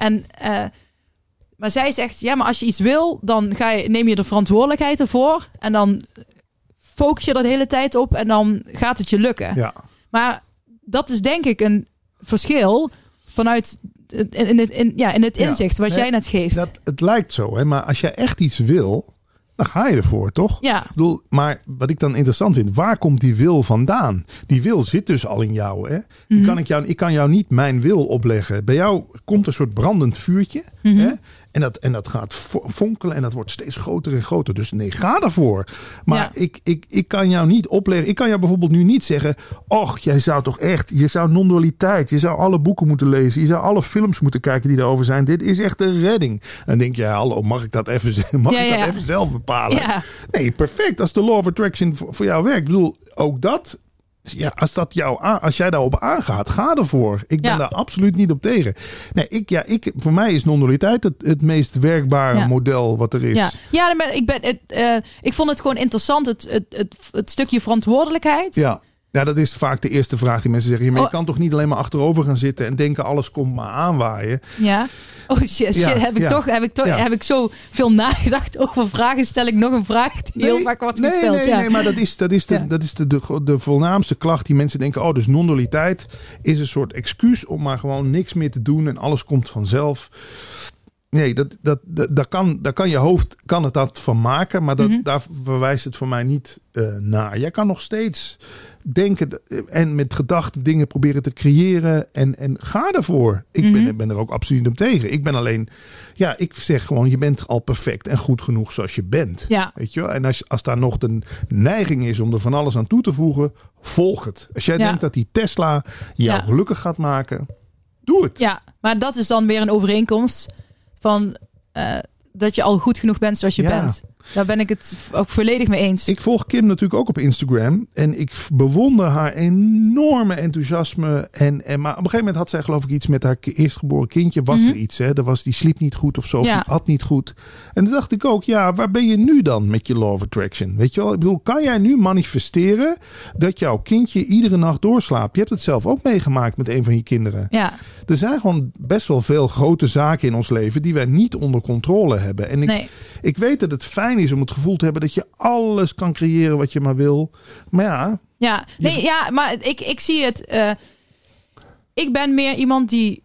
S1: Maar zij zegt, maar als je iets wil, dan neem je de verantwoordelijkheid ervoor. En dan focus je er de hele tijd op. En dan gaat het je lukken. Ja. Maar dat is denk ik een verschil vanuit in het inzicht wat jij net geeft.
S2: Het lijkt zo, hè? Maar als jij echt iets wil, dan ga je ervoor, toch?
S1: Ja.
S2: Ik bedoel, maar wat ik dan interessant vind, waar komt die wil vandaan? Die wil zit dus al in jou, hè? Mm-hmm. Ik kan jou niet mijn wil opleggen. Bij jou komt een soort brandend vuurtje, hè? En dat gaat fonkelen en dat wordt steeds groter en groter. Dus nee, ga ervoor. Maar ik kan jou niet opleggen. Ik kan jou bijvoorbeeld nu niet zeggen, och, jij zou toch echt, je zou non-dualiteit, je zou alle boeken moeten lezen, je zou alle films moeten kijken die daarover zijn. Dit is echt de redding. En dan denk je, hallo, mag ik dat even zelf bepalen? Ja. Nee, perfect. Als de Law of Attraction voor jou werkt. Ik bedoel, ook dat. Ja, als jij daarop aangaat, ga ervoor. Ik ben daar absoluut niet op tegen. Nee, voor mij is non-dualiteit het meest werkbare model wat er is.
S1: Ja, maar ik vond het gewoon interessant, het stukje verantwoordelijkheid.
S2: Ja, dat is vaak de eerste vraag die mensen zeggen. Maar je kan toch niet alleen maar achterover gaan zitten en denken alles komt maar aanwaaien.
S1: Ja. Oh shit. Heb ik zo veel nagedacht over vragen? Stel ik nog een vraag die heel vaak wordt gesteld.
S2: Nee, maar dat is de voornaamste klacht die mensen denken. Dus non-dualiteit is een soort excuus om maar gewoon niks meer te doen en alles komt vanzelf. Nee, daar kan je hoofd dat van maken. Maar daar verwijst het voor mij niet naar. Jij kan nog steeds denken en met gedachten dingen proberen te creëren. En ga ervoor. Ik ben er ook absoluut niet op tegen. Ik ben alleen... Ja, ik zeg gewoon, je bent al perfect en goed genoeg zoals je bent.
S1: Ja.
S2: Weet je wel? En als daar nog de neiging is om er van alles aan toe te voegen, volg het. Als jij denkt dat die Tesla jou gelukkig gaat maken, doe het.
S1: Ja, maar dat is dan weer een overeenkomst van dat je al goed genoeg bent zoals je bent. Daar ben ik het ook volledig mee eens.
S2: Ik volg Kim natuurlijk ook op Instagram. En ik bewonder haar enorme enthousiasme. Maar op een gegeven moment had zij geloof ik iets met haar eerstgeboren kindje. Was er iets, hè? Die sliep niet goed of zo. Of die at niet goed. En toen dacht ik ook, waar ben je nu dan met je Law of Attraction? Weet je wel? Ik bedoel, kan jij nu manifesteren dat jouw kindje iedere nacht doorslaapt? Je hebt het zelf ook meegemaakt met een van je kinderen.
S1: Ja.
S2: Er zijn gewoon best wel veel grote zaken in ons leven die wij niet onder controle hebben. En ik weet dat het fijn is om het gevoel te hebben dat je alles kan creëren wat je maar wil. Maar maar ik zie het. Ik ben meer iemand die...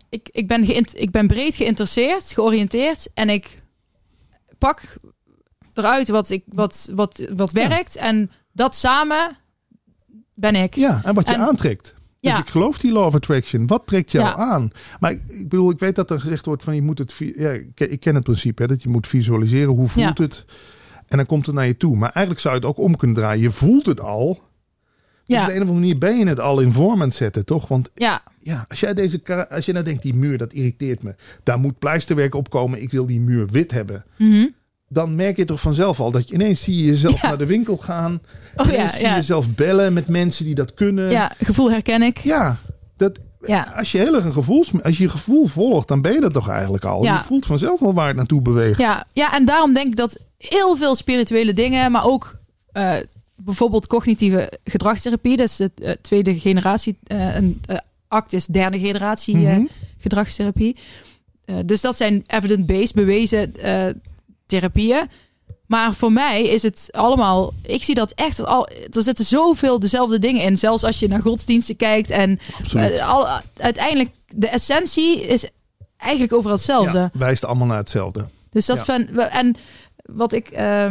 S2: Ik ben breed geïnteresseerd, georiënteerd. En ik pak eruit wat werkt. En dat samen ben ik. Ja, en wat je aantrekt. Dus ik geloof die Law of Attraction. Wat trekt jou aan? Maar ik bedoel, ik weet dat er gezegd wordt van je moet het... ik ken het principe, hè, dat je moet visualiseren. Hoe voelt het? En dan komt het naar je toe. Maar eigenlijk zou je het ook om kunnen draaien. Je voelt het al. Dus op de een of andere manier ben je het al in vorm aan het zetten, toch? Want als je nou denkt, die muur, dat irriteert me. Daar moet pleisterwerk op komen. Ik wil die muur wit hebben. Dan merk je toch vanzelf al dat je ineens zie je jezelf naar de winkel gaan. Zie je jezelf bellen met mensen die dat kunnen.
S1: Ja, gevoel herken ik.
S2: Ja, als je heel erg als je je gevoel volgt, dan ben je dat toch eigenlijk al. Ja. Je voelt vanzelf al waar het naartoe beweegt.
S1: Ja, en daarom denk ik dat heel veel spirituele dingen, maar ook bijvoorbeeld cognitieve gedragstherapie, dat is de tweede generatie, ACT is derde generatie gedragstherapie. Dus dat zijn evidence-based, bewezen therapieën. Maar voor mij is het allemaal... Ik zie dat echt... Er zitten zoveel dezelfde dingen in. Zelfs als je naar godsdiensten kijkt. En uiteindelijk... De essentie is eigenlijk overal hetzelfde.
S2: Ja, wijst allemaal naar hetzelfde.
S1: Dus dat en wat ik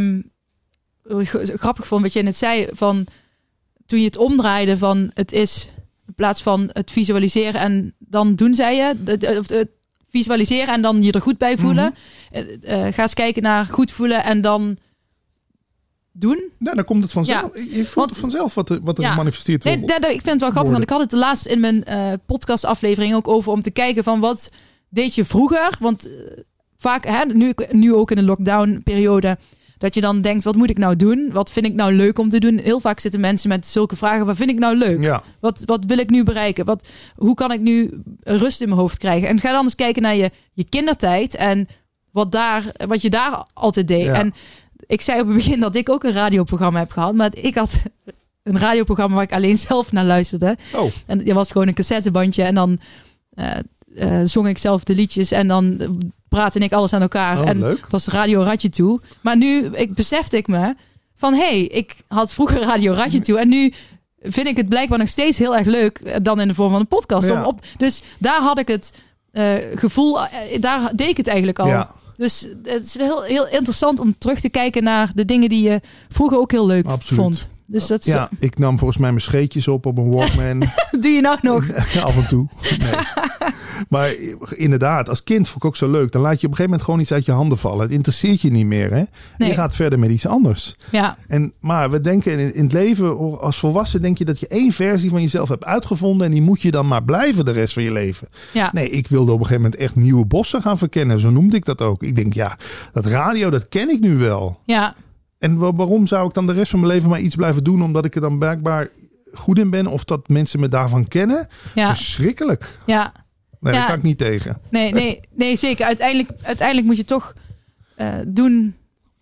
S1: grappig vond, wat je net zei, van toen je het omdraaide van het is in plaats van het visualiseren en dan doen, zei je, het visualiseren en dan je er goed bij voelen. Ga eens kijken naar goed voelen en dan doen.
S2: Ja, dan komt het vanzelf. Je voelt het vanzelf wat er gemanifesteerd wordt.
S1: Ik vind het wel grappig, want ik had het de laatst in mijn podcastaflevering ook over om te kijken van wat deed je vroeger? Want vaak, nu ook in de lockdown-periode, dat je dan denkt, wat moet ik nou doen? Wat vind ik nou leuk om te doen? Heel vaak zitten mensen met zulke vragen, wat vind ik nou leuk? Ja. Wat wil ik nu bereiken? Hoe kan ik nu rust in mijn hoofd krijgen? En ga dan eens kijken naar je kindertijd en wat je daar altijd deed. Ja. En ik zei op het begin dat ik ook een radioprogramma heb gehad, maar ik had een radioprogramma waar ik alleen zelf naar luisterde. Oh. En dat was gewoon een cassettebandje en dan zong ik zelf de liedjes en dan praatte ik alles aan elkaar. En
S2: leuk.
S1: Was Radio Radje Toe. Maar nu besefte ik me van ik had vroeger Radio Radje Toe en nu vind ik het blijkbaar nog steeds heel erg leuk dan in de vorm van een podcast. Ja. Dus daar had ik het gevoel, daar deed ik het eigenlijk al. Ja. Dus het is heel, heel interessant om terug te kijken naar de dingen die je vroeger ook heel leuk vond. Dus dat is,
S2: ik nam volgens mij mijn scheetjes op een Walkman.
S1: Doe je nou nog?
S2: Af en toe. Nee. Maar inderdaad, als kind vond ik ook zo leuk. Dan laat je op een gegeven moment gewoon iets uit je handen vallen. Het interesseert je niet meer. Hè? Nee. Je gaat verder met iets anders.
S1: Ja.
S2: Maar we denken in het leven, als volwassen denk je dat je één versie van jezelf hebt uitgevonden. En die moet je dan maar blijven de rest van je leven. Ja. Nee, ik wilde op een gegeven moment echt nieuwe bossen gaan verkennen. Zo noemde ik dat ook. Ik denk, dat radio, dat ken ik nu wel. Ja. En waarom zou ik dan de rest van mijn leven maar iets blijven doen? Omdat ik er dan blijkbaar goed in ben. Of dat mensen me daarvan kennen. Ja. Verschrikkelijk. Ja. Nee, daar kan ik niet tegen.
S1: Nee, zeker. Uiteindelijk moet je toch doen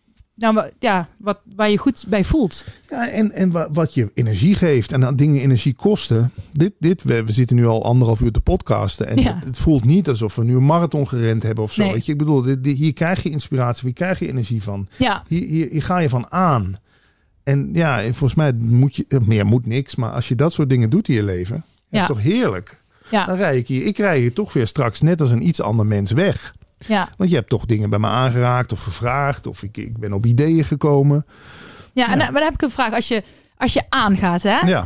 S1: waar je goed bij voelt.
S2: Ja, en wat je energie geeft. En dan dingen energie kosten. We zitten nu al 1,5 uur te podcasten. En het voelt niet alsof we nu een marathon gerend hebben of zo. Nee. Weet je? Ik bedoel, hier krijg je inspiratie. Hier krijg je energie van. Ja. Hier ga je van aan. En volgens mij moet niks. Maar als je dat soort dingen doet in je leven. Is toch heerlijk. Ja. Dan rij ik hier. Ik rij hier toch weer straks net als een iets ander mens weg.
S1: Ja.
S2: Want je hebt toch dingen bij me aangeraakt of gevraagd. Of ik ben op ideeën gekomen.
S1: Ja, en maar dan heb ik een vraag. Als je aangaat, hè?
S2: Ja.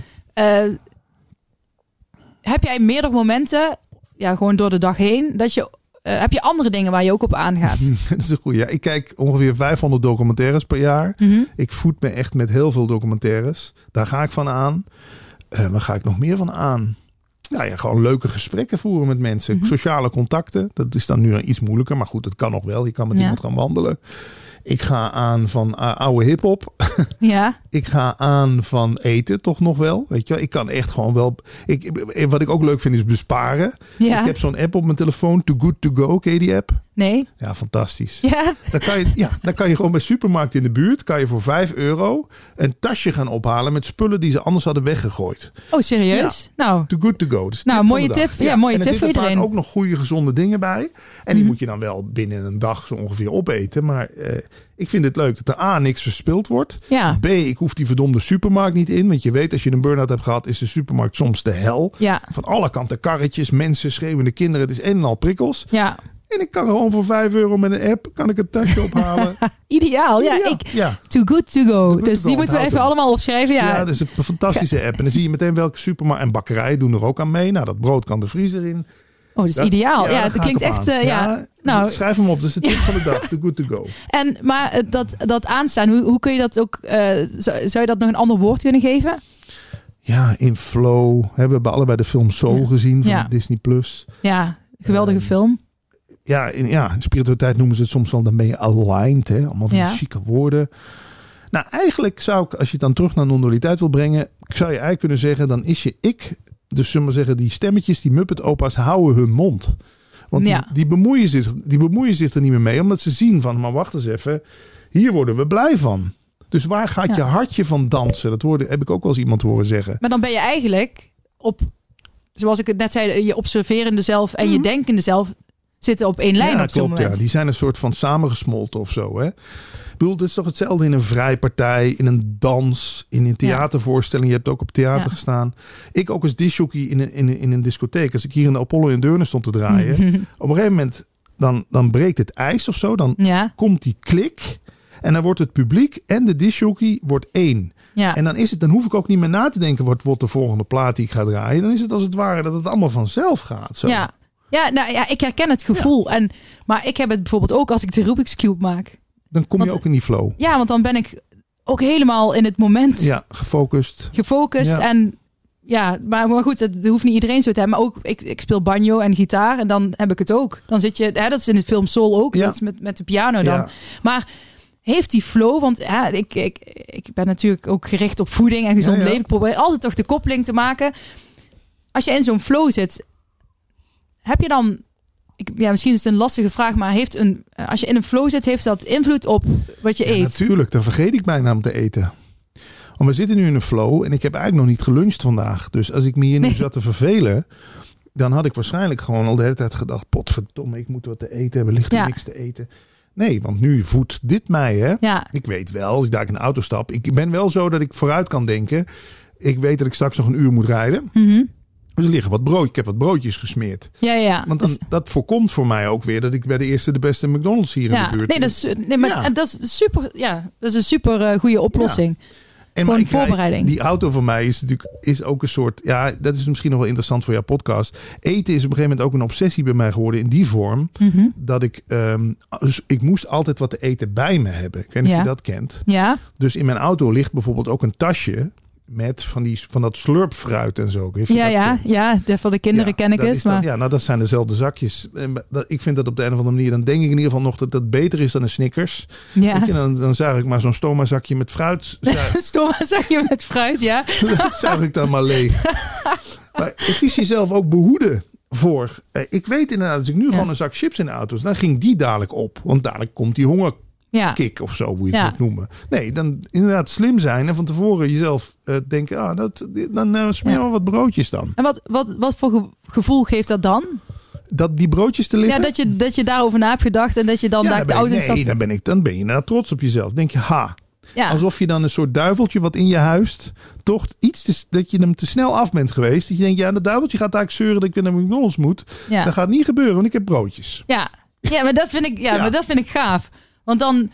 S1: Heb jij meerdere momenten, gewoon door de dag heen, dat je... heb je andere dingen waar je ook op aangaat?
S2: Dat is een goeie. Ja, ik kijk ongeveer 500 documentaires per jaar.
S1: Mm-hmm.
S2: Ik voed me echt met heel veel documentaires. Daar ga ik van aan. Waar ga ik nog meer van aan? Nou ja, gewoon leuke gesprekken voeren met mensen.
S1: Mm-hmm.
S2: Sociale contacten. Dat is dan nu iets moeilijker. Maar goed, dat kan nog wel. Je kan met iemand gaan wandelen. Ik ga aan van oude hiphop.
S1: Ja.
S2: Ik ga aan van eten toch nog wel. Weet je, ik kan echt gewoon wel... Wat ik ook leuk vind is besparen.
S1: Ja.
S2: Ik heb zo'n app op mijn telefoon. Too Good To Go. Ken je die app?
S1: Nee.
S2: Ja, fantastisch.
S1: Ja.
S2: Dan kan je gewoon bij supermarkten in de buurt... kan je voor €5 een tasje gaan ophalen... met spullen die ze anders hadden weggegooid.
S1: Oh, serieus?
S2: Ja.
S1: Nou.
S2: Too Good To Go. Dus
S1: mooie tip. Ja, mooie tip voor iedereen.
S2: Er zitten ook nog goede, gezonde dingen bij. En die moet je dan wel binnen een dag zo ongeveer opeten. Maar ik vind het leuk dat er A, niks verspild wordt.
S1: Ja.
S2: B, ik hoef die verdomde supermarkt niet in. Want je weet, als je een burn-out hebt gehad... is de supermarkt soms de hel.
S1: Ja.
S2: Van alle kanten karretjes, mensen, schreeuwende kinderen. Het is een en al prikkels.
S1: Ja.
S2: En ik kan gewoon voor €5 met een app... kan ik een tasje ophalen.
S1: Ideaal. Ja, Too Good To Go. Dus die moeten we even allemaal opschrijven. Ja,
S2: dat is een fantastische app. En dan zie je meteen welke supermarkt en bakkerijen doen er ook aan mee. Nou, dat brood kan de vriezer in.
S1: Oh, dat is ideaal. Ja, dat klinkt echt...
S2: Nou, schrijf hem op. Dat is de tip van de dag. Too Good To Go.
S1: Maar dat aanstaan, hoe kun je dat ook... zou je dat nog een ander woord kunnen geven?
S2: Ja, in flow. We hebben allebei de film Soul gezien van Disney+.
S1: Ja, geweldige film.
S2: Ja, in spiritualiteit noemen ze het soms wel, dan ben je aligned. Hè? Allemaal van die chique woorden. Nou, eigenlijk zou ik, als je het dan terug naar non-dualiteit wil brengen... zou je eigenlijk kunnen zeggen, dan is je ik... Dus zullen we zeggen, die stemmetjes, die Muppet-opa's houden hun mond. Want die bemoeien zich er niet meer mee. Omdat ze zien van, maar wacht eens even. Hier worden we blij van. Dus waar gaat je hartje van dansen? Dat heb ik ook wel eens iemand horen zeggen.
S1: Maar dan ben je eigenlijk zoals ik het net zei... je observerende zelf en je denkende zelf... zitten op één lijn op zo'n moment.
S2: Ja, die zijn een soort van samengesmolten of zo. Hè? Ik bedoel, het is toch hetzelfde in een vrijpartij, in een dans, in een theatervoorstelling. Je hebt ook op theater gestaan. Ik ook als discjockey in een discotheek. Als ik hier in de Apollo in Deurne stond te draaien. Op een gegeven moment, dan breekt het ijs of zo. Dan komt die klik. En dan wordt het publiek en de discjockey wordt één. Ja. En dan hoef ik ook niet meer na te denken... wat wordt de volgende plaat die ik ga draaien. Dan is het als het ware dat het allemaal vanzelf gaat. Zo.
S1: Ja. Ja, ik herken het gevoel. Ja. Maar ik heb het bijvoorbeeld ook als ik de Rubik's Cube maak.
S2: Dan kom je ook in die flow.
S1: Ja, want dan ben ik ook helemaal in het moment. Ja,
S2: gefocust.
S1: Ja. En maar goed, dat hoeft niet iedereen zo te hebben. Maar ook, ik speel banjo en gitaar en dan heb ik het ook. Dan zit je, dat is in de film Soul ook. Dat is met de piano dan. Ja. Maar heeft die flow, want ik ben natuurlijk ook gericht op voeding en gezond leven. Ik probeer altijd toch de koppeling te maken. Als je in zo'n flow zit... Heb je dan, misschien is het een lastige vraag, maar als je in een flow zit, heeft dat invloed op wat je eet?
S2: Natuurlijk, dan vergeet ik bijna om te eten. Want we zitten nu in een flow en ik heb eigenlijk nog niet geluncht vandaag. Dus als ik me hier nu zat te vervelen, dan had ik waarschijnlijk gewoon al de hele tijd gedacht, potverdomme, ik moet wat te eten hebben, ligt er niks te eten. Nee, want nu voedt dit mij, hè? Ja. Ik weet wel, als ik daar in de auto stap, ik ben wel zo dat ik vooruit kan denken. Ik weet dat ik straks nog 1 uur moet rijden.
S1: Mm-hmm.
S2: Dus er liggen wat brood. Ik heb wat broodjes gesmeerd.
S1: Ja.
S2: Want dat voorkomt voor mij ook weer dat ik bij de eerste de beste McDonald's hier in de buurt.
S1: Dat is super. Ja, dat is een super goede oplossing. Ja. En gewoon voorbereiding.
S2: Die auto van mij is ook een soort. Ja, dat is misschien nog wel interessant voor jouw podcast. Eten is op een gegeven moment ook een obsessie bij mij geworden in die vorm dat ik moest altijd wat te eten bij me hebben. Ik weet niet of je dat kent. Ja. Dus in mijn auto ligt bijvoorbeeld ook een tasje. Met van dat slurpfruit en zo.
S1: Voor de kinderen ken ik het. Maar...
S2: dat zijn dezelfde zakjes. Ik vind dat op de een of andere manier... dan denk ik in ieder geval nog dat dat beter is dan een Snickers. Ja. Dan zuig ik maar zo'n stoma-zakje met fruit.
S1: Stoma-zakje met fruit, ja.
S2: Dat zuig ik dan maar leeg. Maar het is jezelf ook behoeden voor... Ik weet inderdaad, als ik nu gewoon een zak chips in de auto... dan ging die dadelijk op. Want dadelijk komt die honger... kick of zo, hoe je het moet noemen. Nee, dan inderdaad slim zijn en van tevoren jezelf denken, dan smeer maar wat broodjes dan.
S1: En wat voor gevoel geeft dat dan?
S2: Dat die broodjes te liggen?
S1: Ja, dat je daarover na hebt gedacht en dat je dan daar de auto in stapt.
S2: Dan ben je nou trots op jezelf. Denk je, alsof je dan een soort duiveltje wat in je huist, toch dat je hem te snel af bent geweest. Dat je denkt, dat duiveltje gaat daar zeuren dat ik weer naar McDonald's moet. Ja. Dat gaat niet gebeuren, want ik heb broodjes.
S1: Ja. Ja, maar dat vind ik, maar dat vind ik gaaf. Want dan...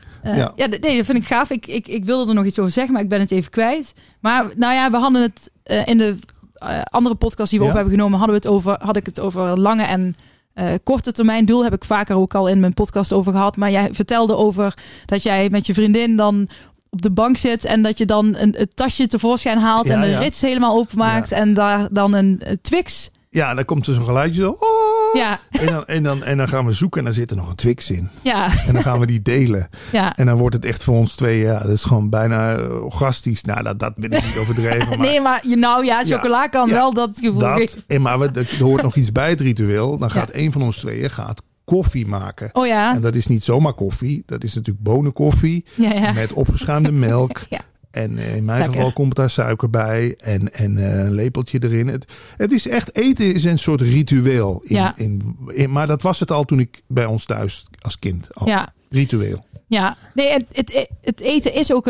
S1: dat vind ik gaaf. Ik wilde er nog iets over zeggen, maar ik ben het even kwijt. Maar nou ja, we hadden het in de andere podcast die we op hebben genomen, had ik het over lange en korte termijn doel. Heb ik vaker ook al in mijn podcast over gehad. Maar jij vertelde over dat jij met je vriendin dan op de bank zit en dat je dan een tasje tevoorschijn haalt en de rits helemaal openmaakt en daar dan een Twix.
S2: Ja, dan komt er zo'n geluidje zo. Oh! Ja. En dan gaan we zoeken en dan zit er nog een Twix in.
S1: Ja.
S2: En dan gaan we die delen.
S1: Ja.
S2: En dan wordt het echt voor ons twee, dat is gewoon bijna orgastisch. Nou, dat ben ik niet overdreven. Maar...
S1: Nee, maar chocola kan wel dat gevoel geven.
S2: Maar er hoort nog iets bij het ritueel. Dan gaat een van ons tweeën koffie maken.
S1: Oh ja.
S2: En dat is niet zomaar koffie. Dat is natuurlijk bonenkoffie met opgeschuimde melk. Ja. En in mijn geval komt daar suiker bij en een lepeltje erin. Het is echt, eten is een soort ritueel. Maar dat was het al toen ik bij ons thuis als kind al. Ja. Ritueel.
S1: Ja, nee, het eten is ook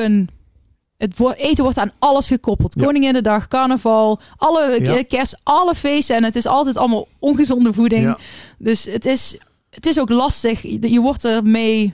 S1: eten wordt aan alles gekoppeld. Koninginnedag, carnaval, kerst, alle feesten. En het is altijd allemaal ongezonde voeding. Ja. Dus het is ook lastig. Je wordt ermee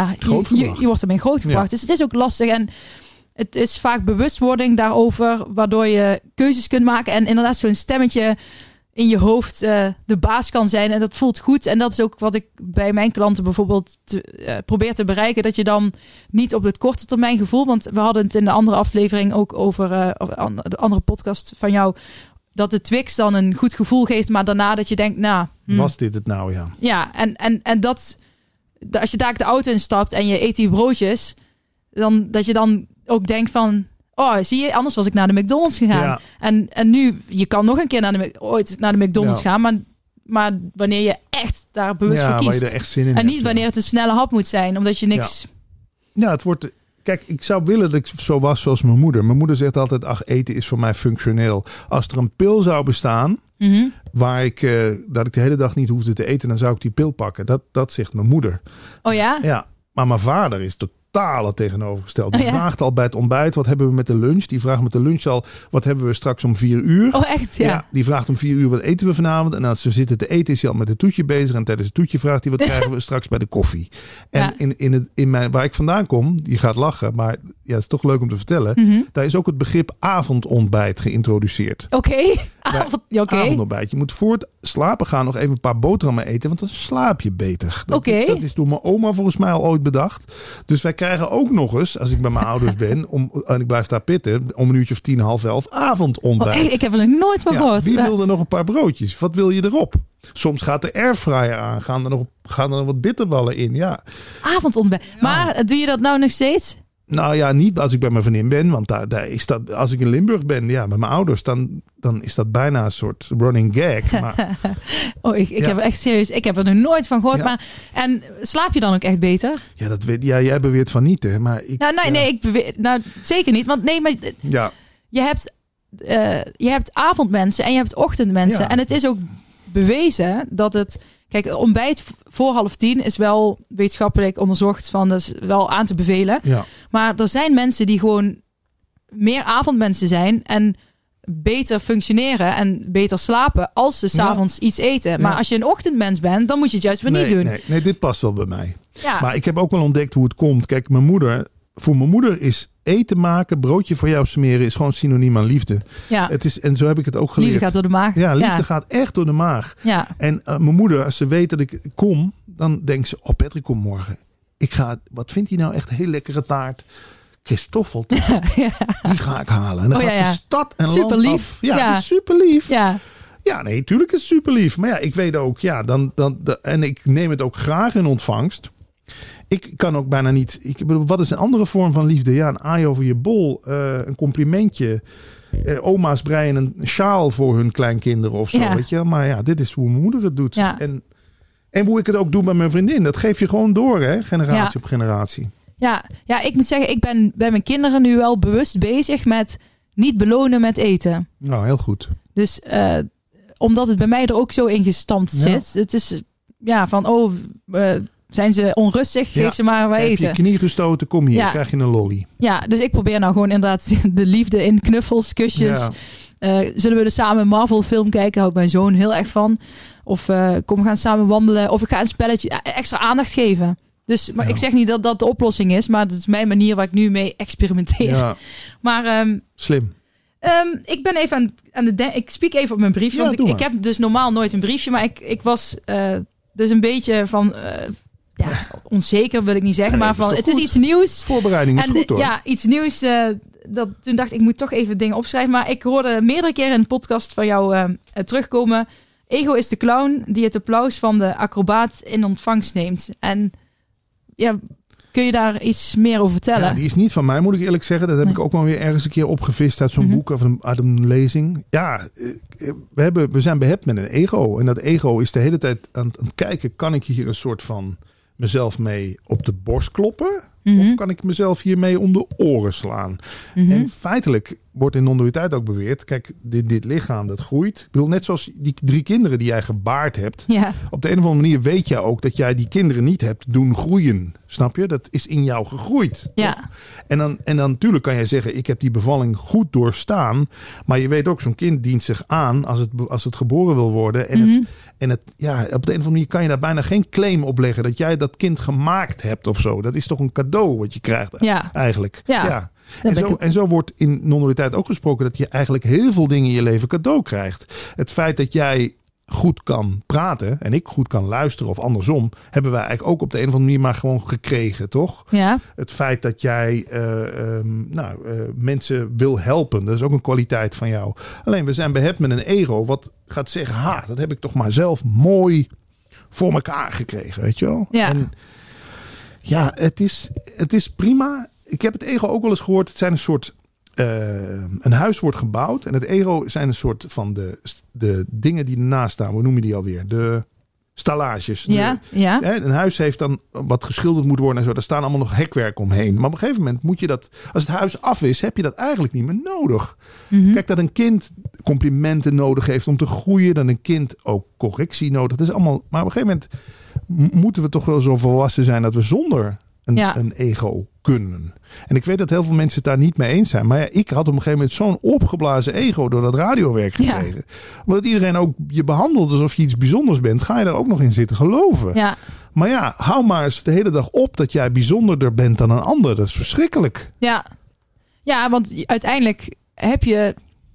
S1: je wordt ermee grootgebracht. Dus het is ook lastig en het is vaak bewustwording daarover, waardoor je keuzes kunt maken en inderdaad zo'n stemmetje in je hoofd de baas kan zijn. En dat voelt goed. En dat is ook wat ik bij mijn klanten bijvoorbeeld probeer te bereiken. Dat je dan niet op het korte termijn gevoel, want we hadden het in de andere aflevering ook over de andere podcast van jou, dat de Twix dan een goed gevoel geeft, maar daarna dat je denkt,
S2: was dit het nou, ja.
S1: Ja, en dat als je daar de auto instapt en je eet die broodjes, dan dat je dan ook denkt van, zie je, anders was ik naar de McDonald's gegaan. Ja. En nu, je kan nog een keer ooit naar de McDonald's gaan, maar wanneer je echt daar bewust voor kiest.
S2: Waar je er echt zin in
S1: en niet
S2: hebt,
S1: wanneer het een snelle hap moet zijn, omdat je niks...
S2: Ja, het wordt... Kijk, ik zou willen dat ik zo was zoals mijn moeder. Mijn moeder zegt altijd, eten is voor mij functioneel. Als er een pil zou bestaan, waar dat ik de hele dag niet hoefde te eten, dan zou ik die pil pakken. Dat zegt mijn moeder.
S1: Oh ja?
S2: Ja, maar mijn vader is totale tegenovergesteld. Die vraagt al bij het ontbijt, wat hebben we met de lunch? Die vraagt met de lunch al, wat hebben we straks om 4 uur?
S1: Oh echt, ja.
S2: Die vraagt om 4 uur, wat eten we vanavond? En als ze zitten te eten, is hij al met het toetje bezig. En tijdens het toetje vraagt hij, wat krijgen we straks bij de koffie? En waar ik vandaan kom, je gaat lachen, maar het is toch leuk om te vertellen. Daar is ook het begrip avondontbijt geïntroduceerd.
S1: Oké.
S2: Avondontbijt. Je moet voor het slapen gaan nog even een paar boterhammen eten, want dan slaap je beter. Dat is door mijn oma volgens mij al ooit bedacht. Dus wij krijgen ook nog eens, als ik bij mijn ouders ben, en ik blijf daar pitten, om een uurtje of 10, half 11, avondontbijt.
S1: Ik heb er nog nooit van gehoord.
S2: Wie wil er nog een paar broodjes? Wat wil je erop? Soms gaat de airfryer aan. Gaan er nog wat bitterballen in, ja.
S1: Avondontbijt. Maar doe je dat nou nog steeds?
S2: Nou ja, niet als ik bij mijn vriendin ben. Want daar is dat, als ik in Limburg ben, bij mijn ouders, dan is dat bijna een soort running gag. Maar,
S1: ik heb echt serieus, ik heb er nog nooit van gehoord. Ja. Maar, en slaap je dan ook echt beter?
S2: Ja, jij beweert van niet, hè? Maar
S1: ik beweer, zeker niet. Want je hebt avondmensen en je hebt ochtendmensen. Ja. En het is ook bewezen dat het... Kijk, ontbijt voor 9:30 is wel wetenschappelijk onderzocht van, dat is wel aan te bevelen. Ja. Maar er zijn mensen die gewoon meer avondmensen zijn en beter functioneren en beter slapen als ze 's avonds iets eten. Ja. Maar als je een ochtendmens bent, dan moet je het juist weer niet doen.
S2: Nee, dit past wel bij mij. Ja. Maar ik heb ook wel ontdekt hoe het komt. Kijk, voor mijn moeder is eten maken, broodje voor jou smeren, is gewoon synoniem aan liefde. Ja. En zo heb ik het ook geleerd.
S1: Liefde gaat door de maag.
S2: Ja, liefde gaat echt door de maag. Ja. En mijn moeder, als ze weet dat ik kom, dan denkt ze, Patrick, kom morgen. Wat vindt hij nou echt heel lekkere taart? Christoffel. Die ga ik halen. En dan gaat ze stad en
S1: super
S2: land
S1: lief.
S2: af. Ja, dat is super lief. Ja. Ja, nee, tuurlijk is het super lief. Maar ja, ik weet ook, en ik neem het ook graag in ontvangst. Ik kan ook bijna niet... wat is een andere vorm van liefde? Ja, een aai over je bol. Een complimentje. Oma's breien een sjaal voor hun kleinkinderen of zo. Ja. Weet je? Maar ja, dit is hoe mijn moeder het doet. Ja. En hoe ik het ook doe bij mijn vriendin. Dat geef je gewoon door, hè? Generatie op generatie.
S1: Ja, ik moet zeggen, ik ben bij mijn kinderen nu wel bewust bezig met niet belonen met eten.
S2: Nou, heel goed.
S1: Dus omdat het bij mij er ook zo in gestampt zit. Het is van, zijn ze onrustig? Geef ze maar wat eten.
S2: Heb je knie gestoten? Kom hier, krijg je een lolly.
S1: Ja, dus ik probeer nou gewoon inderdaad de liefde in knuffels, kusjes.
S3: Zullen we samen een Marvel film kijken? Houdt mijn zoon heel erg van. Of kom, we gaan samen wandelen. Of ik ga een spelletje extra aandacht geven. Dus, maar ik zeg niet dat dat de oplossing is. Maar dat is mijn manier waar ik nu mee experimenteer. Ja. Maar
S2: slim.
S3: Ik ben even ik spiek even op mijn briefje. Want ik heb dus normaal nooit een briefje. Maar ik was dus een beetje van... onzeker wil ik niet zeggen. Maar van het is iets nieuws.
S2: Voorbereiding is goed hoor.
S3: Ja, iets nieuws. Toen dacht ik moet toch even dingen opschrijven. Maar ik hoorde meerdere keren in een podcast van jou terugkomen. Ego is de clown die het applaus van de acrobaat in ontvangst neemt. En ja, kun je daar iets meer over vertellen?
S2: Ja, die is niet van mij, moet ik eerlijk zeggen. Dat heb ik ook wel weer ergens een keer opgevist uit zo'n boek of uit een lezing. Ja, we zijn behept met een ego. En dat ego is de hele tijd aan het kijken. Kan ik hier een soort van mezelf mee op de borst kloppen? Of kan ik mezelf hiermee om de oren slaan? En feitelijk wordt in non-dualiteit ook beweerd... Kijk, dit lichaam dat groeit. Ik bedoel, net zoals die 3 kinderen die jij gebaard hebt. Ja. Op de een of andere manier weet jij ook dat jij die kinderen niet hebt doen groeien. Snap je? Dat is in jou gegroeid. Ja. En dan natuurlijk kan jij zeggen... ik heb die bevalling goed doorstaan. Maar je weet ook, zo'n kind dient zich aan... als het geboren wil worden. En op de een of andere manier kan je daar bijna geen claim op leggen... dat jij dat kind gemaakt hebt of zo. Dat is toch een cadeau wat je krijgt eigenlijk. Ja. En zo wordt in non-dualiteit ook gesproken... dat je eigenlijk heel veel dingen in je leven cadeau krijgt. Het feit dat jij goed kan praten... en ik goed kan luisteren of andersom... hebben wij eigenlijk ook op de een of andere manier maar gewoon gekregen, toch? Ja. Het feit dat jij mensen wil helpen... dat is ook een kwaliteit van jou. Alleen we zijn behept met een ego... wat gaat zeggen, dat heb ik toch maar zelf mooi voor elkaar gekregen, weet je wel? Ja. En ja, het is prima... Ik heb het ego ook wel eens gehoord. Het zijn een soort... een huis wordt gebouwd. En het ego zijn een soort van de dingen die ernaast staan. Hoe noem je die alweer? De stallages. Een huis heeft dan wat geschilderd moet worden en zo. Daar staan allemaal nog hekwerk omheen. Maar op een gegeven moment moet je dat... Als het huis af is, heb je dat eigenlijk niet meer nodig. Kijk, dat een kind complimenten nodig heeft om te groeien. Dat een kind ook correctie nodig. Dat is allemaal... Maar op een gegeven moment moeten we toch wel zo volwassen zijn dat we zonder... Een ego kunnen. En ik weet dat heel veel mensen het daar niet mee eens zijn. Maar ja, ik had op een gegeven moment zo'n opgeblazen ego door dat radiowerk gekregen. Omdat iedereen ook je behandelt alsof je iets bijzonders bent. Ga je daar ook nog in zitten geloven. Ja. Maar ja, hou maar eens de hele dag op dat jij bijzonderder bent dan een ander. Dat is verschrikkelijk.
S3: Ja, want uiteindelijk heb je...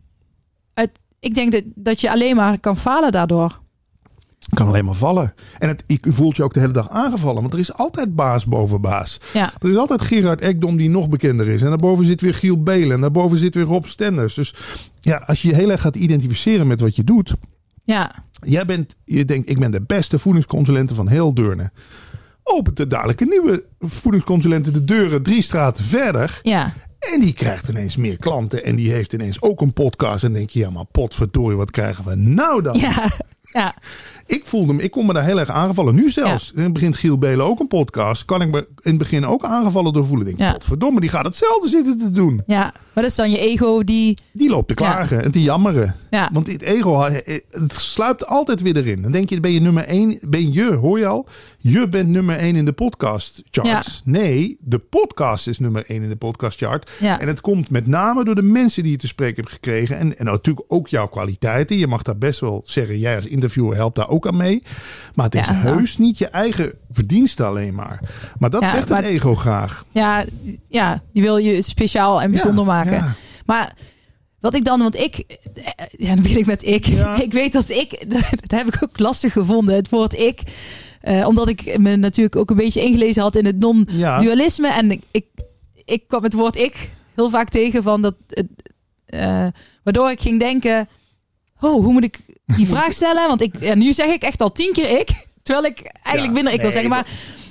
S3: Ik denk dat je alleen maar kan falen daardoor.
S2: Kan alleen maar vallen. En je voelt je ook de hele dag aangevallen. Want er is altijd baas boven baas. Ja. Er is altijd Gerard Ekdom die nog bekender is. En daarboven zit weer Giel Belen. En daarboven zit weer Rob Stenders. Dus ja, als je je heel erg gaat identificeren met wat je doet. Ja. Je denkt, ik ben de beste voedingsconsulente van heel Deurne. Opent er dadelijk een nieuwe voedingsconsulente de deuren 3 straten verder. Ja. En die krijgt ineens meer klanten. En die heeft ineens ook een podcast. En dan denk je, ja maar potverdorie, wat krijgen we nou dan? Ja. Ik kon me daar heel erg aangevallen. Nu zelfs. Ja. Dan begint Giel Belen ook een podcast. Kan ik me in het begin ook aangevallen door voelen. Denk, potverdomme, die gaat hetzelfde zitten te doen. Ja,
S3: maar dat is dan je ego die
S2: loopt te klagen en te jammeren. Ja. Want het ego, het sluipt altijd weer erin. Dan denk je, ben je nummer 1? Hoor je al? Je bent nummer 1 in de podcast charts. Ja. Nee, de podcast is nummer 1 in de podcast chart. Ja. En het komt met name door de mensen die je te spreken hebt gekregen. En natuurlijk ook jouw kwaliteiten. Je mag daar best wel zeggen, jij als interviewer helpt daar ook aan mee. Maar het is heus niet je eigen verdienste alleen maar. Maar dat zegt het ego graag. Ja,
S3: die wil je speciaal en bijzonder maken. Ja. Maar wat ik dan, want dan begin ik met ik. Ja. Ik weet dat dat heb ik ook lastig gevonden, het woord ik. Omdat ik me natuurlijk ook een beetje ingelezen had in het non-dualisme. En ik kwam het woord ik heel vaak tegen van dat... waardoor ik ging denken... hoe moet ik die vraag stellen? Want nu zeg ik echt al 10 keer ik. Terwijl ik eigenlijk minder ik wil zeggen. Maar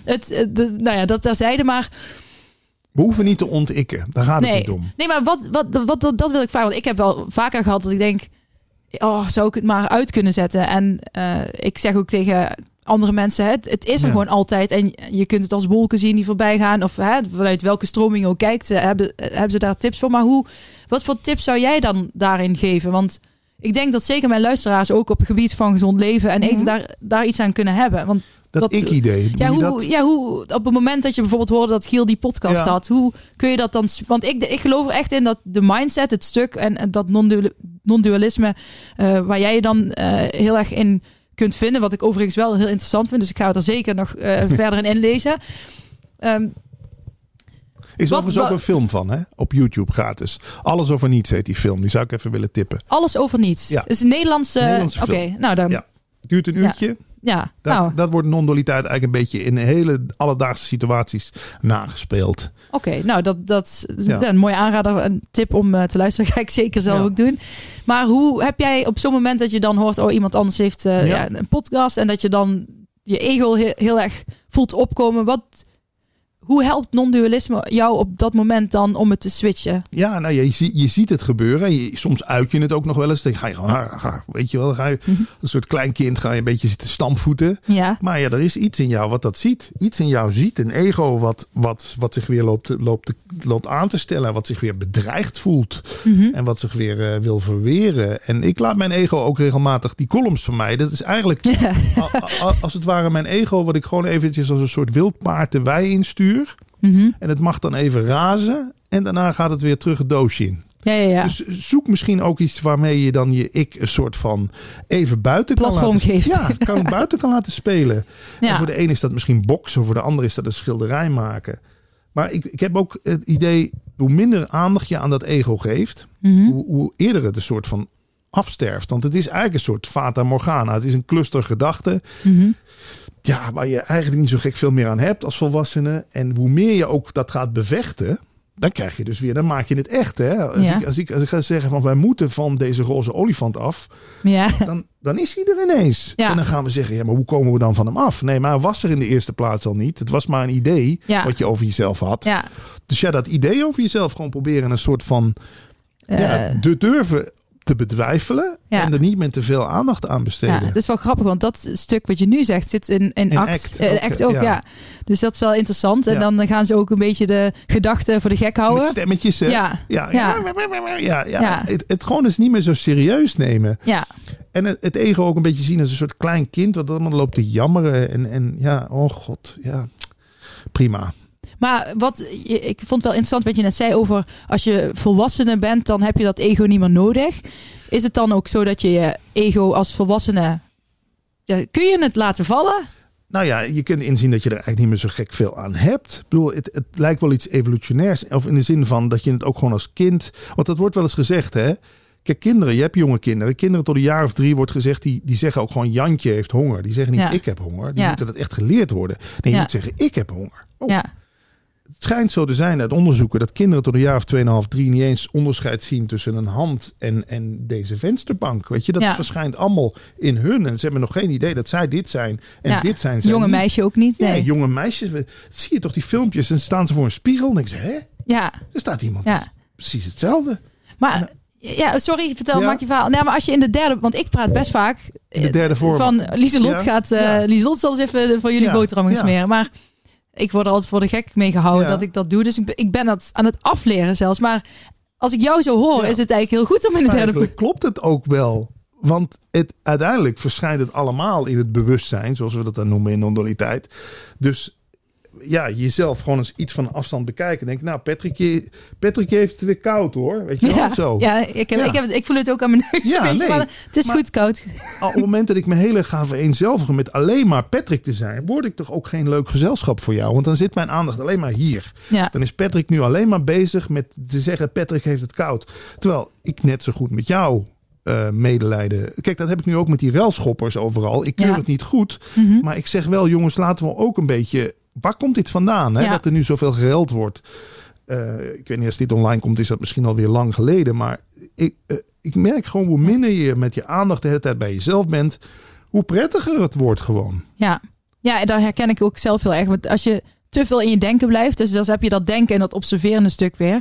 S3: dat terzijde. Maar
S2: we hoeven niet te ontikken. Daar gaat het niet om.
S3: Nee, maar dat wil ik vragen. Want ik heb wel vaker gehad dat ik denk... zou ik het maar uit kunnen zetten? En ik zeg ook tegen andere mensen... Het is er gewoon altijd. En je kunt het als wolken zien die voorbij gaan. Of vanuit welke stroming je ook kijkt. Hebben ze daar tips voor? Maar wat voor tips zou jij dan daarin geven? Want ik denk dat zeker mijn luisteraars... ook op het gebied van gezond leven en eten... daar iets aan kunnen hebben. Want
S2: Dat ik-idee.
S3: Hoe op het moment dat je bijvoorbeeld hoorde dat Giel die podcast had, hoe kun je dat dan... Want ik geloof er echt in dat de mindset, het stuk en dat non-dualisme, waar jij je dan heel erg in kunt vinden, wat ik overigens wel heel interessant vind, dus ik ga het er zeker nog verder in inlezen.
S2: Is overigens ook een film van, hè? Op YouTube gratis. Alles over niets heet die film. Die zou ik even willen tippen.
S3: Alles over niets? Ja. Is een Nederlandse film. Oké, nou dan...
S2: Ja. Duurt een uurtje.
S3: Ja.
S2: Dat wordt non-dualiteit eigenlijk een beetje in hele alledaagse situaties nagespeeld.
S3: Oké, nou dat is een mooie aanrader. Een tip om te luisteren. Ga ik zeker zelf ook doen. Maar hoe heb jij op zo'n moment dat je dan hoort... iemand anders heeft een podcast... en dat je dan je ego heel erg voelt opkomen... Hoe helpt non-dualisme jou op dat moment dan om het te switchen? Ja,
S2: nou je ziet het gebeuren. Soms uit je het ook nog wel eens. Dan ga je gewoon, weet je wel, dan ga je een soort klein kind ga je een beetje zitten stampvoeten. Ja. Maar er is iets in jou wat dat ziet. Iets in jou ziet. Een ego wat zich weer loopt aan te stellen. Wat zich weer bedreigd voelt. En wat zich weer wil verweren. En ik laat mijn ego ook regelmatig die columns van mij. Dat is eigenlijk als het ware mijn ego wat ik gewoon eventjes als een soort wildpaard de wei instuur. En het mag dan even razen. En daarna gaat het weer terug het doosje in. Ja. Dus zoek misschien ook iets waarmee je dan je ik een soort van even buiten kan
S3: platform geeft.
S2: Ja, buiten kan laten spelen. Ja. En voor de een is dat misschien boksen. Voor de ander is dat een schilderij maken. Maar ik heb ook het idee, hoe minder aandacht je aan dat ego geeft, hoe eerder het een soort van afsterft. Want het is eigenlijk een soort fata morgana. Het is een cluster gedachten. Ja, waar je eigenlijk niet zo gek veel meer aan hebt als volwassene. En hoe meer je ook dat gaat bevechten, dan krijg je dus weer, dan maak je het echt. Hè? Als ik ga zeggen van wij moeten van deze roze olifant af, dan is hij er ineens. Ja. En dan gaan we zeggen, ja, maar hoe komen we dan van hem af? Nee, maar hij was er in de eerste plaats al niet. Het was maar een idee wat je over jezelf had. Ja. Dus dat idee over jezelf gewoon proberen een soort van durven te betwijfelen en er niet met te veel aandacht aan besteden. Ja,
S3: dat is wel grappig, want dat stuk wat je nu zegt zit in ACT ook. Ja. Dus dat is wel interessant. En dan gaan ze ook een beetje de gedachten voor de gek houden.
S2: Met stemmetjes. Hè? Ja. Het gewoon eens niet meer zo serieus nemen. Ja. En het ego ook een beetje zien als een soort klein kind wat allemaal loopt te jammeren. En oh god, ja, prima.
S3: Maar ik vond het wel interessant wat je net zei over als je volwassene bent, dan heb je dat ego niet meer nodig. Is het dan ook zo dat je je ego als volwassene, kun je het laten vallen?
S2: Nou ja, je kunt inzien dat je er eigenlijk niet meer zo gek veel aan hebt. Ik bedoel, het lijkt wel iets evolutionairs. Of in de zin van dat je het ook gewoon als kind, want dat wordt wel eens gezegd, hè. Kijk, kinderen, je hebt jonge kinderen. Kinderen tot een jaar of 3 wordt gezegd, die zeggen ook gewoon Jantje heeft honger. Die zeggen niet ik heb honger. Die moeten dat echt geleerd worden. Nee, je moet zeggen ik heb honger. Oh. Ja. Het schijnt zo te zijn uit onderzoeken dat kinderen tot een jaar of 2,5, 3 niet eens onderscheid zien tussen een hand en deze vensterbank. Weet je, dat verschijnt allemaal in hun. En ze hebben nog geen idee dat zij dit zijn en dit zijn zij
S3: jonge
S2: niet.
S3: Meisje ook niet. Nee.
S2: Ja, jonge meisjes. Zie je toch die filmpjes en staan ze voor een spiegel en denken ze, hè? Ja. Er staat iemand. Ja. Precies hetzelfde.
S3: Maar sorry, vertel, maak je verhaal. Nee, maar als je in de derde, want ik praat best vaak
S2: de derde vorm
S3: van Lieselot gaat. Lieselot zal eens even voor jullie boterham gaan smeren. Maar ik word er altijd voor de gek mee gehouden dat ik dat doe. Dus ik ben dat aan het afleren zelfs. Maar als ik jou zo hoor, is het eigenlijk heel goed om in de derde...
S2: Klopt het ook wel. Want uiteindelijk verschijnt het allemaal in het bewustzijn, zoals we dat dan noemen in non-dualiteit. Dus jezelf gewoon eens iets van afstand bekijken. Denk, nou, Patrick heeft het weer koud hoor. Weet je wel zo.
S3: Ja, ik voel het ook aan mijn neus. Maar het is goed koud.
S2: Op het moment dat ik me heel erg ga vereenzelvigen met alleen maar Patrick te zijn, word ik toch ook geen leuk gezelschap voor jou. Want dan zit mijn aandacht alleen maar hier. Ja. Dan is Patrick nu alleen maar bezig met te zeggen, Patrick heeft het koud. Terwijl ik net zo goed met jou medelijden. Kijk, dat heb ik nu ook met die relschoppers overal. Ik keur het niet goed. Maar ik zeg wel, jongens, laten we ook een beetje... Waar komt dit vandaan? Hè? Ja. Dat er nu zoveel gereld wordt. Ik weet niet, als dit online komt, is dat misschien alweer lang geleden. Maar ik merk gewoon hoe minder je met je aandacht de hele tijd bij jezelf bent, hoe prettiger het wordt gewoon. Ja,
S3: daar herken ik ook zelf heel erg. Want als je te veel in je denken blijft, dus dan heb je dat denken en dat observerende stuk weer.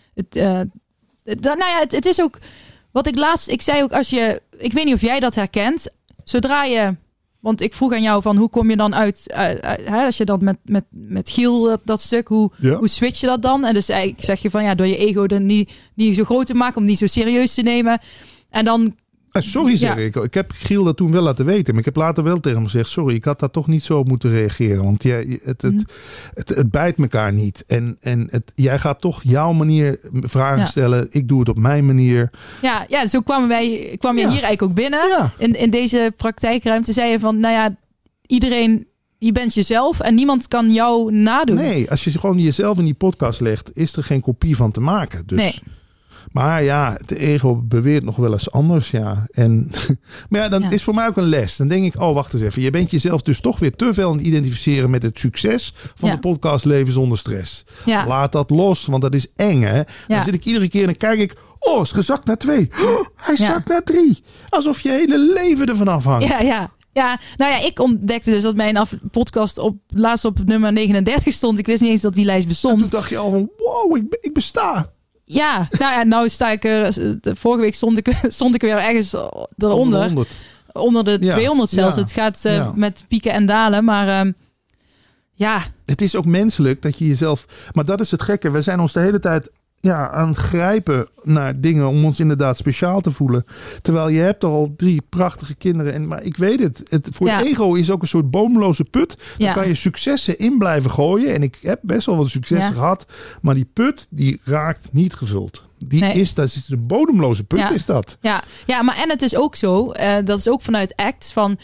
S3: Het is ook wat ik zei ook ik weet niet of jij dat herkent. Zodra je... Want ik vroeg aan jou van hoe kom je dan uit als je dan met Giel dat stuk, hoe switch je dat dan? En dus eigenlijk zeg je van door je ego niet zo groot te maken, om niet zo serieus te nemen. En dan
S2: Sorry zeg ik. Ik heb Giel dat toen wel laten weten. Maar ik heb later wel tegen hem gezegd... sorry, ik had daar toch niet zo op moeten reageren. Want het bijt elkaar niet. En jij gaat toch jouw manier vragen stellen. Ik doe het op mijn manier.
S3: Ja, zo kwam jij hier eigenlijk ook binnen. Ja. In deze praktijkruimte zei je van... nou ja, iedereen... Je bent jezelf en niemand kan jou nadoen.
S2: Nee, als je gewoon jezelf in die podcast legt... is er geen kopie van te maken. Dus... Nee. Maar ja, het ego beweert nog wel eens anders, ja. Maar ja, dan is voor mij ook een les. Dan denk ik, wacht eens even. Je bent jezelf dus toch weer te veel aan het identificeren met het succes van de podcast Leven zonder stress. Ja. Laat dat los, want dat is eng, hè. Dan zit ik iedere keer en dan kijk ik... is gezakt naar 2. Hij zakt naar 3. Alsof je hele leven ervan afhangt.
S3: Ja, nou ja, ik ontdekte dus dat mijn podcast laatst op nummer 39 stond. Ik wist niet eens dat die lijst bestond. En
S2: toen dacht je al van, wow, ik besta.
S3: Ja, nou sta ik vorige week stond ik weer ergens eronder. Onder de 200 zelfs. Het gaat met pieken en dalen, maar
S2: Het is ook menselijk dat je jezelf... Maar dat is het gekke. We zijn ons de hele tijd aan het grijpen naar dingen om ons inderdaad speciaal te voelen. Terwijl je hebt al 3 prachtige kinderen. Maar ik weet het. Voor het ego is ook een soort bodemloze put. Daar kan je successen in blijven gooien. En ik heb best wel wat successen gehad. Maar die put, die raakt niet gevuld. Dat is de bodemloze put, is dat.
S3: Ja, maar en het is ook zo. Dat is ook vanuit ACT van...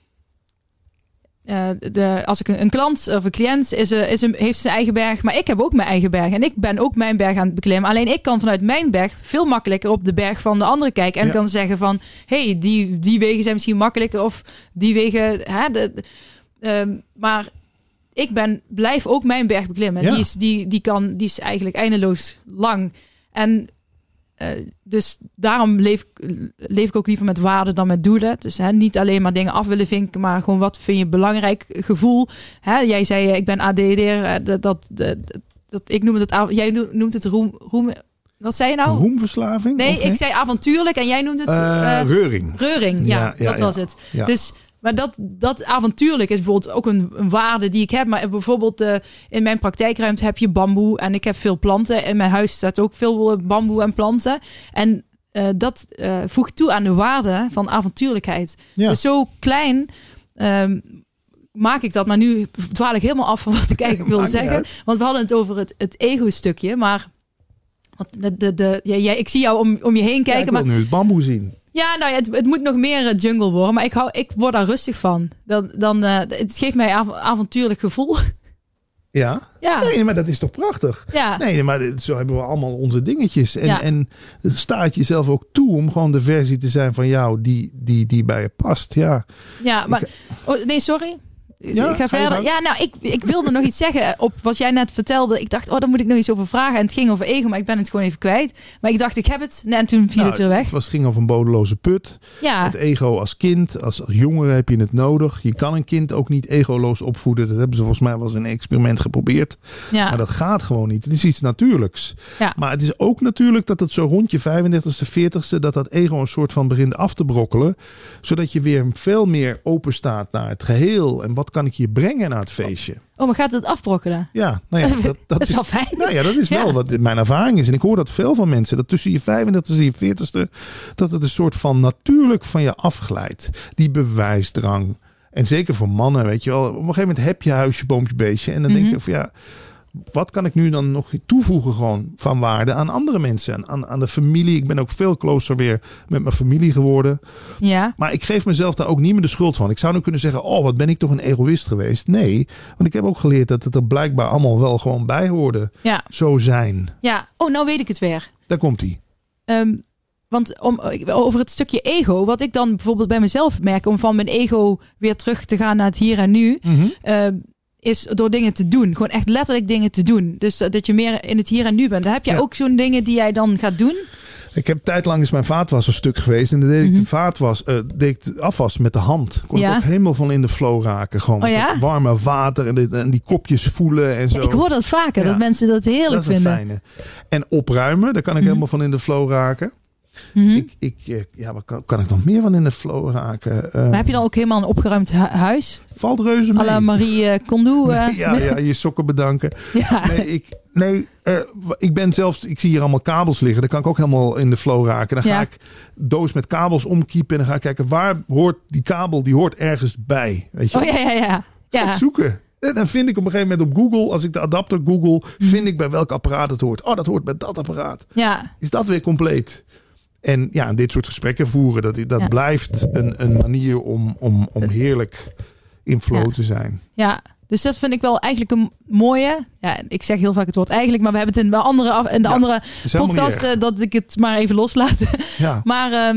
S3: als ik een klant of een cliënt heeft zijn eigen berg, maar ik heb ook mijn eigen berg en ik ben ook mijn berg aan het beklimmen. Alleen ik kan vanuit mijn berg veel makkelijker op de berg van de andere kijken en kan zeggen van, hey, die wegen zijn misschien makkelijker of die wegen, maar ik blijf ook mijn berg beklimmen. Ja. Die is eigenlijk eindeloos lang en dus daarom leef ik ook liever met waarden dan met doelen. Dus niet alleen maar dingen af willen vinken, maar gewoon wat vind je belangrijk gevoel. Jij zei, ik ben ADD'er. Ik noem het, jij noemt het roem. Wat zei je nou?
S2: Roemverslaving?
S3: Nee, ik zei avontuurlijk en jij noemt het...
S2: reuring.
S3: Reuring, dat was het. Ja. Dus... Maar dat avontuurlijk is bijvoorbeeld ook een waarde die ik heb. Maar bijvoorbeeld in mijn praktijkruimte heb je bamboe. En ik heb veel planten. In mijn huis staat ook veel bamboe en planten. En dat voegt toe aan de waarde van avontuurlijkheid. Ja. Dus zo klein maak ik dat. Maar nu dwaal ik helemaal af van wat ik eigenlijk wilde zeggen. Want we hadden het over het ego-stukje. Maar ik zie jou om je heen kijken.
S2: Ik wil nu het bamboe zien.
S3: Ja, nou ja, het moet nog meer jungle worden. Maar ik word daar rustig van. Het geeft mij avontuurlijk gevoel.
S2: Ja? Nee, maar dat is toch prachtig? Ja. Nee, maar zo hebben we allemaal onze dingetjes. En het staat jezelf ook toe om gewoon de versie te zijn van jou die bij je past. Ja,
S3: maar... nee, sorry. Ja, ik ga verder. Ja, nou, ik wilde nog iets zeggen op wat jij net vertelde. Ik dacht, daar moet ik nog iets over vragen. En het ging over ego, maar ik ben het gewoon even kwijt. Maar ik dacht, ik heb het. En toen viel het weer weg.
S2: Het ging over een bodeloze put. Ja. Het ego als kind, als jongere heb je het nodig. Je kan een kind ook niet egoloos opvoeden. Dat hebben ze volgens mij wel eens in een experiment geprobeerd. Ja. Maar dat gaat gewoon niet. Het is iets natuurlijks. Ja. Maar het is ook natuurlijk dat het zo rond je 35e, 40e... dat ego een soort van begint af te brokkelen. Zodat je weer veel meer open staat naar het geheel. En wat kan ik je brengen naar het feestje?
S3: Maar gaat het afbrokkelen?
S2: Ja, nou ja, dat
S3: is wel fijn.
S2: Nou ja, dat is wel wat mijn ervaring is. En ik hoor dat veel van mensen. Dat tussen je 35e en je 40e... dat het een soort van natuurlijk van je afglijdt. Die bewijsdrang. En zeker voor mannen, weet je wel. Op een gegeven moment heb je huisje, boompje, beestje. En dan denk je van wat kan ik nu dan nog toevoegen gewoon van waarde aan andere mensen? Aan de familie. Ik ben ook veel closer weer met mijn familie geworden. Ja. Maar ik geef mezelf daar ook niet meer de schuld van. Ik zou nu kunnen zeggen, wat ben ik toch een egoïst geweest? Nee, want ik heb ook geleerd dat het er blijkbaar allemaal wel gewoon bij hoorde. Ja. Zo zijn.
S3: Ja, nou weet ik het weer.
S2: Daar komt-ie.
S3: Want over het stukje ego, wat ik dan bijvoorbeeld bij mezelf merk, om van mijn ego weer terug te gaan naar het hier en nu... is door dingen te doen. Gewoon echt letterlijk dingen te doen. Dus dat je meer in het hier en nu bent. Daar heb jij ook zo'n dingen die jij dan gaat doen?
S2: Ik heb tijdlang is mijn vaatwasser stuk geweest. En dan deed ik deed ik afwas met de hand. Kon ik ook helemaal van in de flow raken. Gewoon met het warme water en die kopjes voelen en zo.
S3: Ik hoor dat vaker, dat mensen dat heerlijk vinden.
S2: Dat is een fijne. En opruimen, daar kan ik helemaal van in de flow raken.
S3: Mm-hmm.
S2: Wat kan ik nog meer van in de flow raken?
S3: Maar heb je dan ook helemaal een opgeruimd huis?
S2: Valt reuze mee.
S3: À la Marie Kondo.
S2: Ja, je sokken bedanken.
S3: Ja.
S2: Ik ben zelfs... Ik zie hier allemaal kabels liggen. Dan kan ik ook helemaal in de flow raken. Dan ga ik doos met kabels omkiepen. En dan ga ik kijken, waar hoort die kabel? Die hoort ergens bij. Weet je?
S3: Oh ja.
S2: Ga ik zoeken. En dan vind ik op een gegeven moment op Google, als ik de adapter google, vind ik bij welk apparaat het hoort. Oh, dat hoort bij dat apparaat.
S3: Ja.
S2: Is dat weer compleet? En ja, dit soort gesprekken voeren, dat blijft een manier om heerlijk in flow te zijn. Ja,
S3: dus dat vind ik wel eigenlijk een mooie. Ja, ik zeg heel vaak het woord eigenlijk, maar we hebben het in de andere podcast dat ik het maar even loslaat. Ja. Maar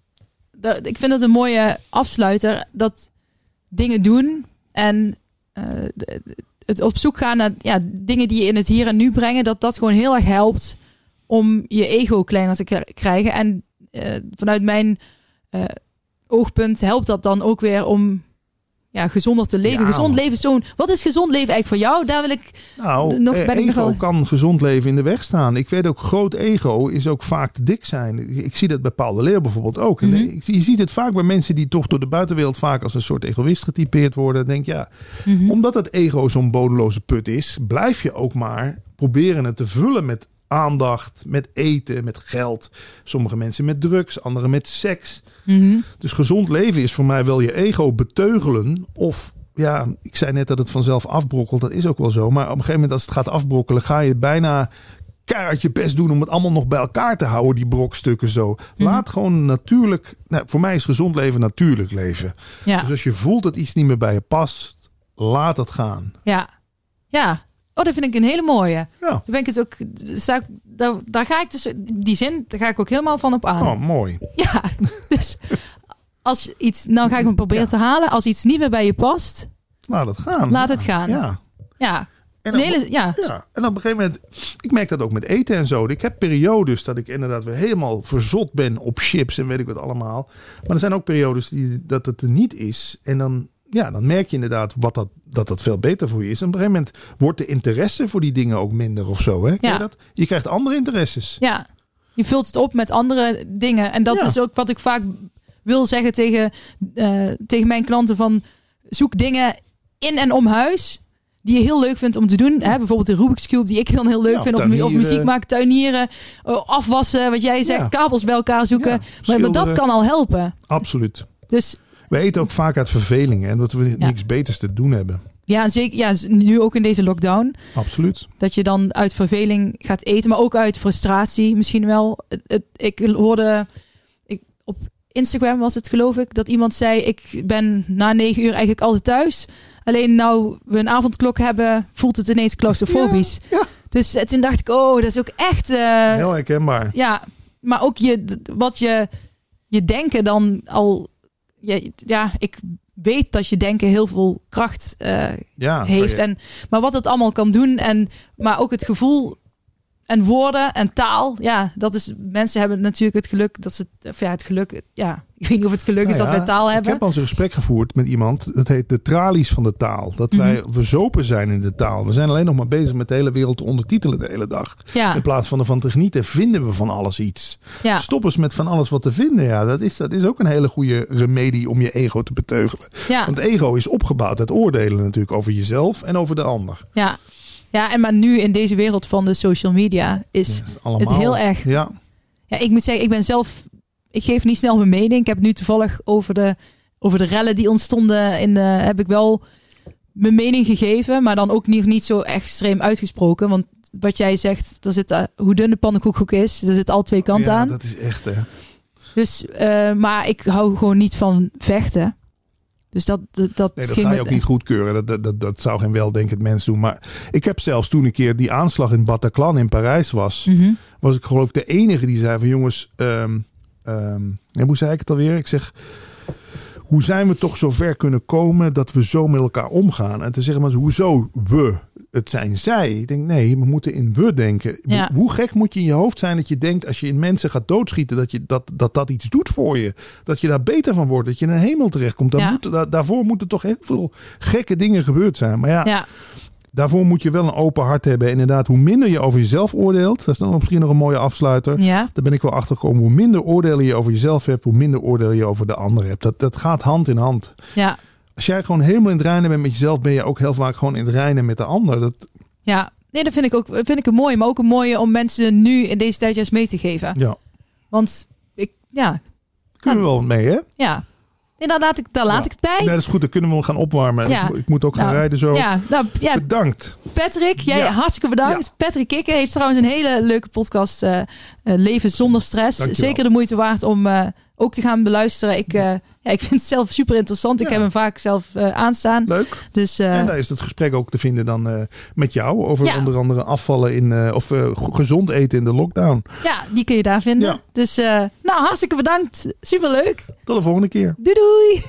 S3: ik vind het een mooie afsluiter, dat dingen doen en het op zoek gaan naar dingen die je in het hier en nu brengen, dat gewoon heel erg helpt om je ego kleiner te krijgen. En vanuit mijn oogpunt helpt dat dan ook weer om gezonder te leven. Ja. Gezond leven wat is gezond leven eigenlijk voor jou? Daar wil ik
S2: ego kan gezond leven in de weg staan. Ik weet ook, groot ego is ook vaak te dik zijn. Ik zie dat bij Paul de Leeuw bijvoorbeeld ook. Mm-hmm. Je ziet het vaak bij mensen die toch door de buitenwereld vaak als een soort egoïst getypeerd worden. Denk omdat het ego zo'n bodemloze put is, blijf je ook maar proberen het te vullen met aandacht, met eten, met geld. Sommige mensen met drugs, anderen met seks. Mm-hmm. Dus gezond leven is voor mij wel je ego beteugelen. Of ik zei net dat het vanzelf afbrokkelt. Dat is ook wel zo. Maar op een gegeven moment als het gaat afbrokkelen, ga je bijna keihard je best doen om het allemaal nog bij elkaar te houden, die brokstukken zo. Mm-hmm. Laat gewoon natuurlijk. Voor mij is gezond leven natuurlijk leven. Ja. Dus als je voelt dat iets niet meer bij je past, laat het gaan.
S3: Ja. Oh, dat vind ik een hele mooie. Ja. Daar ben ik het ook. Daar ga ik dus die zin, daar ga ik ook helemaal van op aan.
S2: Oh, mooi.
S3: Ja, dus als iets, nou ga ik me proberen te halen. Als iets niet meer bij je past,
S2: laat het gaan.
S3: Laat het gaan. Ja. En op
S2: een gegeven moment, ik merk dat ook met eten en zo. Ik heb periodes dat ik inderdaad weer helemaal verzot ben op chips en weet ik wat allemaal. Maar er zijn ook periodes dat het er niet is. En dan merk je inderdaad dat veel beter voor je is. En op een gegeven moment wordt de interesse voor die dingen ook minder of zo. Hè? Ja. Je krijgt andere interesses.
S3: Ja, je vult het op met andere dingen. En dat is ook wat ik vaak wil zeggen tegen mijn klanten. Van zoek dingen in en om huis die je heel leuk vindt om te doen. Hè? Bijvoorbeeld de Rubik's Cube die ik dan heel leuk vind. Of muziek maken, tuinieren, afwassen. Wat jij zegt, kabels bij elkaar zoeken. Maar dat kan al helpen.
S2: Absoluut.
S3: Dus
S2: we eten ook vaak uit verveling en dat we niks beters te doen hebben.
S3: Ja, zeker. Ja, nu ook in deze lockdown.
S2: Absoluut.
S3: Dat je dan uit verveling gaat eten, maar ook uit frustratie misschien wel. Ik hoorde op Instagram was het geloof ik, dat iemand zei, ik ben na 9 uur eigenlijk altijd thuis. Alleen nou we een avondklok hebben, voelt het ineens claustrofobisch. Ja. Dus toen dacht ik, dat is ook echt
S2: heel herkenbaar.
S3: Ja, maar ook wat je denken dan al. Ik weet dat je denken heel veel kracht heeft. Maar wat het allemaal kan doen. Maar ook het gevoel en woorden en taal. Ja, dat is. Mensen hebben natuurlijk het geluk dat ze. Het geluk. Ja, ik weet niet of het geluk is dat wij taal hebben.
S2: Ik heb al eens een gesprek gevoerd met iemand. Dat heet de tralies van de taal. Dat wij verzopen zijn in de taal. We zijn alleen nog maar bezig met de hele wereld te ondertitelen de hele dag. Ja. In plaats van ervan te genieten, vinden we van alles iets. Ja. Stop eens met van alles wat te vinden. Ja, dat is ook een hele goede remedie om je ego te beteugelen. Ja. Want ego is opgebouwd uit oordelen natuurlijk over jezelf en over de ander.
S3: Ja. Ja, maar nu in deze wereld van de social media is het heel erg. Ja, ik moet zeggen, ik geef niet snel mijn mening. Ik heb nu toevallig over de rellen die ontstonden heb ik wel mijn mening gegeven, maar dan ook niet zo extreem uitgesproken. Want wat jij zegt, hoe dun de pannenkoek is, er zit al twee kanten aan.
S2: Ja, dat is echt, hè.
S3: Dus, maar ik hou gewoon niet van vechten. Dus dat
S2: ga je ook niet goedkeuren. Dat zou geen weldenkend mens doen. Maar ik heb zelfs toen een keer die aanslag in Bataclan in Parijs was ik geloof ik de enige die zei van jongens, hoe zei ik het alweer? Ik zeg, hoe zijn we toch zo ver kunnen komen dat we zo met elkaar omgaan? En te zeggen, maar hoezo we? Het zijn zij. Ik denk, nee, we moeten in we denken. Ja. Hoe gek moet je in je hoofd zijn dat je denkt, als je in mensen gaat doodschieten, dat iets doet voor je. Dat je daar beter van wordt. Dat je in een hemel terechtkomt. Daarvoor moeten toch heel veel gekke dingen gebeurd zijn. Maar daarvoor moet je wel een open hart hebben. Inderdaad, hoe minder je over jezelf oordeelt. Dat is dan misschien nog een mooie afsluiter.
S3: Ja.
S2: Daar ben ik wel achter gekomen. Hoe minder oordelen je over jezelf hebt, hoe minder oordeel je over de ander hebt. Dat gaat hand in hand.
S3: Ja.
S2: Als jij gewoon helemaal in het reinen bent met jezelf, ben je ook heel vaak gewoon in het reinen met de ander.
S3: Ja, nee, dat vind ik een mooie. Maar ook een mooie om mensen nu in deze tijd juist mee te geven.
S2: Ja.
S3: Want
S2: Kunnen we wel mee, hè?
S3: Ja. Nee, daar laat ik het bij.
S2: Nee, dat is goed. Dan kunnen we gaan opwarmen.
S3: Ja.
S2: Ik moet ook gaan rijden zo.
S3: Ja.
S2: Bedankt.
S3: Patrick, jij hartstikke bedankt. Ja. Patrick Kikken heeft trouwens een hele leuke podcast. Leven zonder stress.
S2: Dankjewel.
S3: Zeker de moeite waard om ook te gaan beluisteren. Ik vind het zelf super interessant. Ik heb hem vaak zelf aanstaan.
S2: Leuk.
S3: Dus,
S2: en daar is het gesprek ook te vinden dan met jou. Over onder andere afvallen of gezond eten in de lockdown.
S3: Ja, die kun je daar vinden.
S2: Ja.
S3: Dus hartstikke bedankt. Superleuk.
S2: Tot de volgende keer.
S3: Doei doei.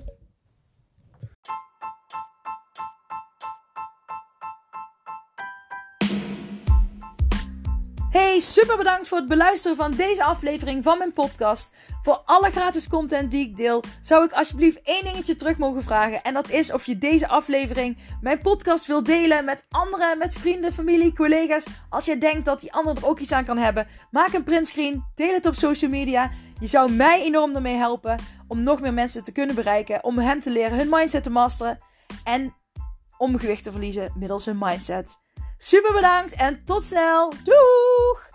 S1: Hey, super bedankt voor het beluisteren van deze aflevering van mijn podcast. Voor alle gratis content die ik deel, zou ik alsjeblieft 1 dingetje terug mogen vragen. En dat is of je deze aflevering, mijn podcast, wil delen met anderen, met vrienden, familie, collega's. Als jij denkt dat die ander er ook iets aan kan hebben, maak een printscreen, deel het op social media. Je zou mij enorm ermee helpen om nog meer mensen te kunnen bereiken. Om hen te leren hun mindset te masteren en om gewicht te verliezen middels hun mindset. Super bedankt en tot snel. Doeg!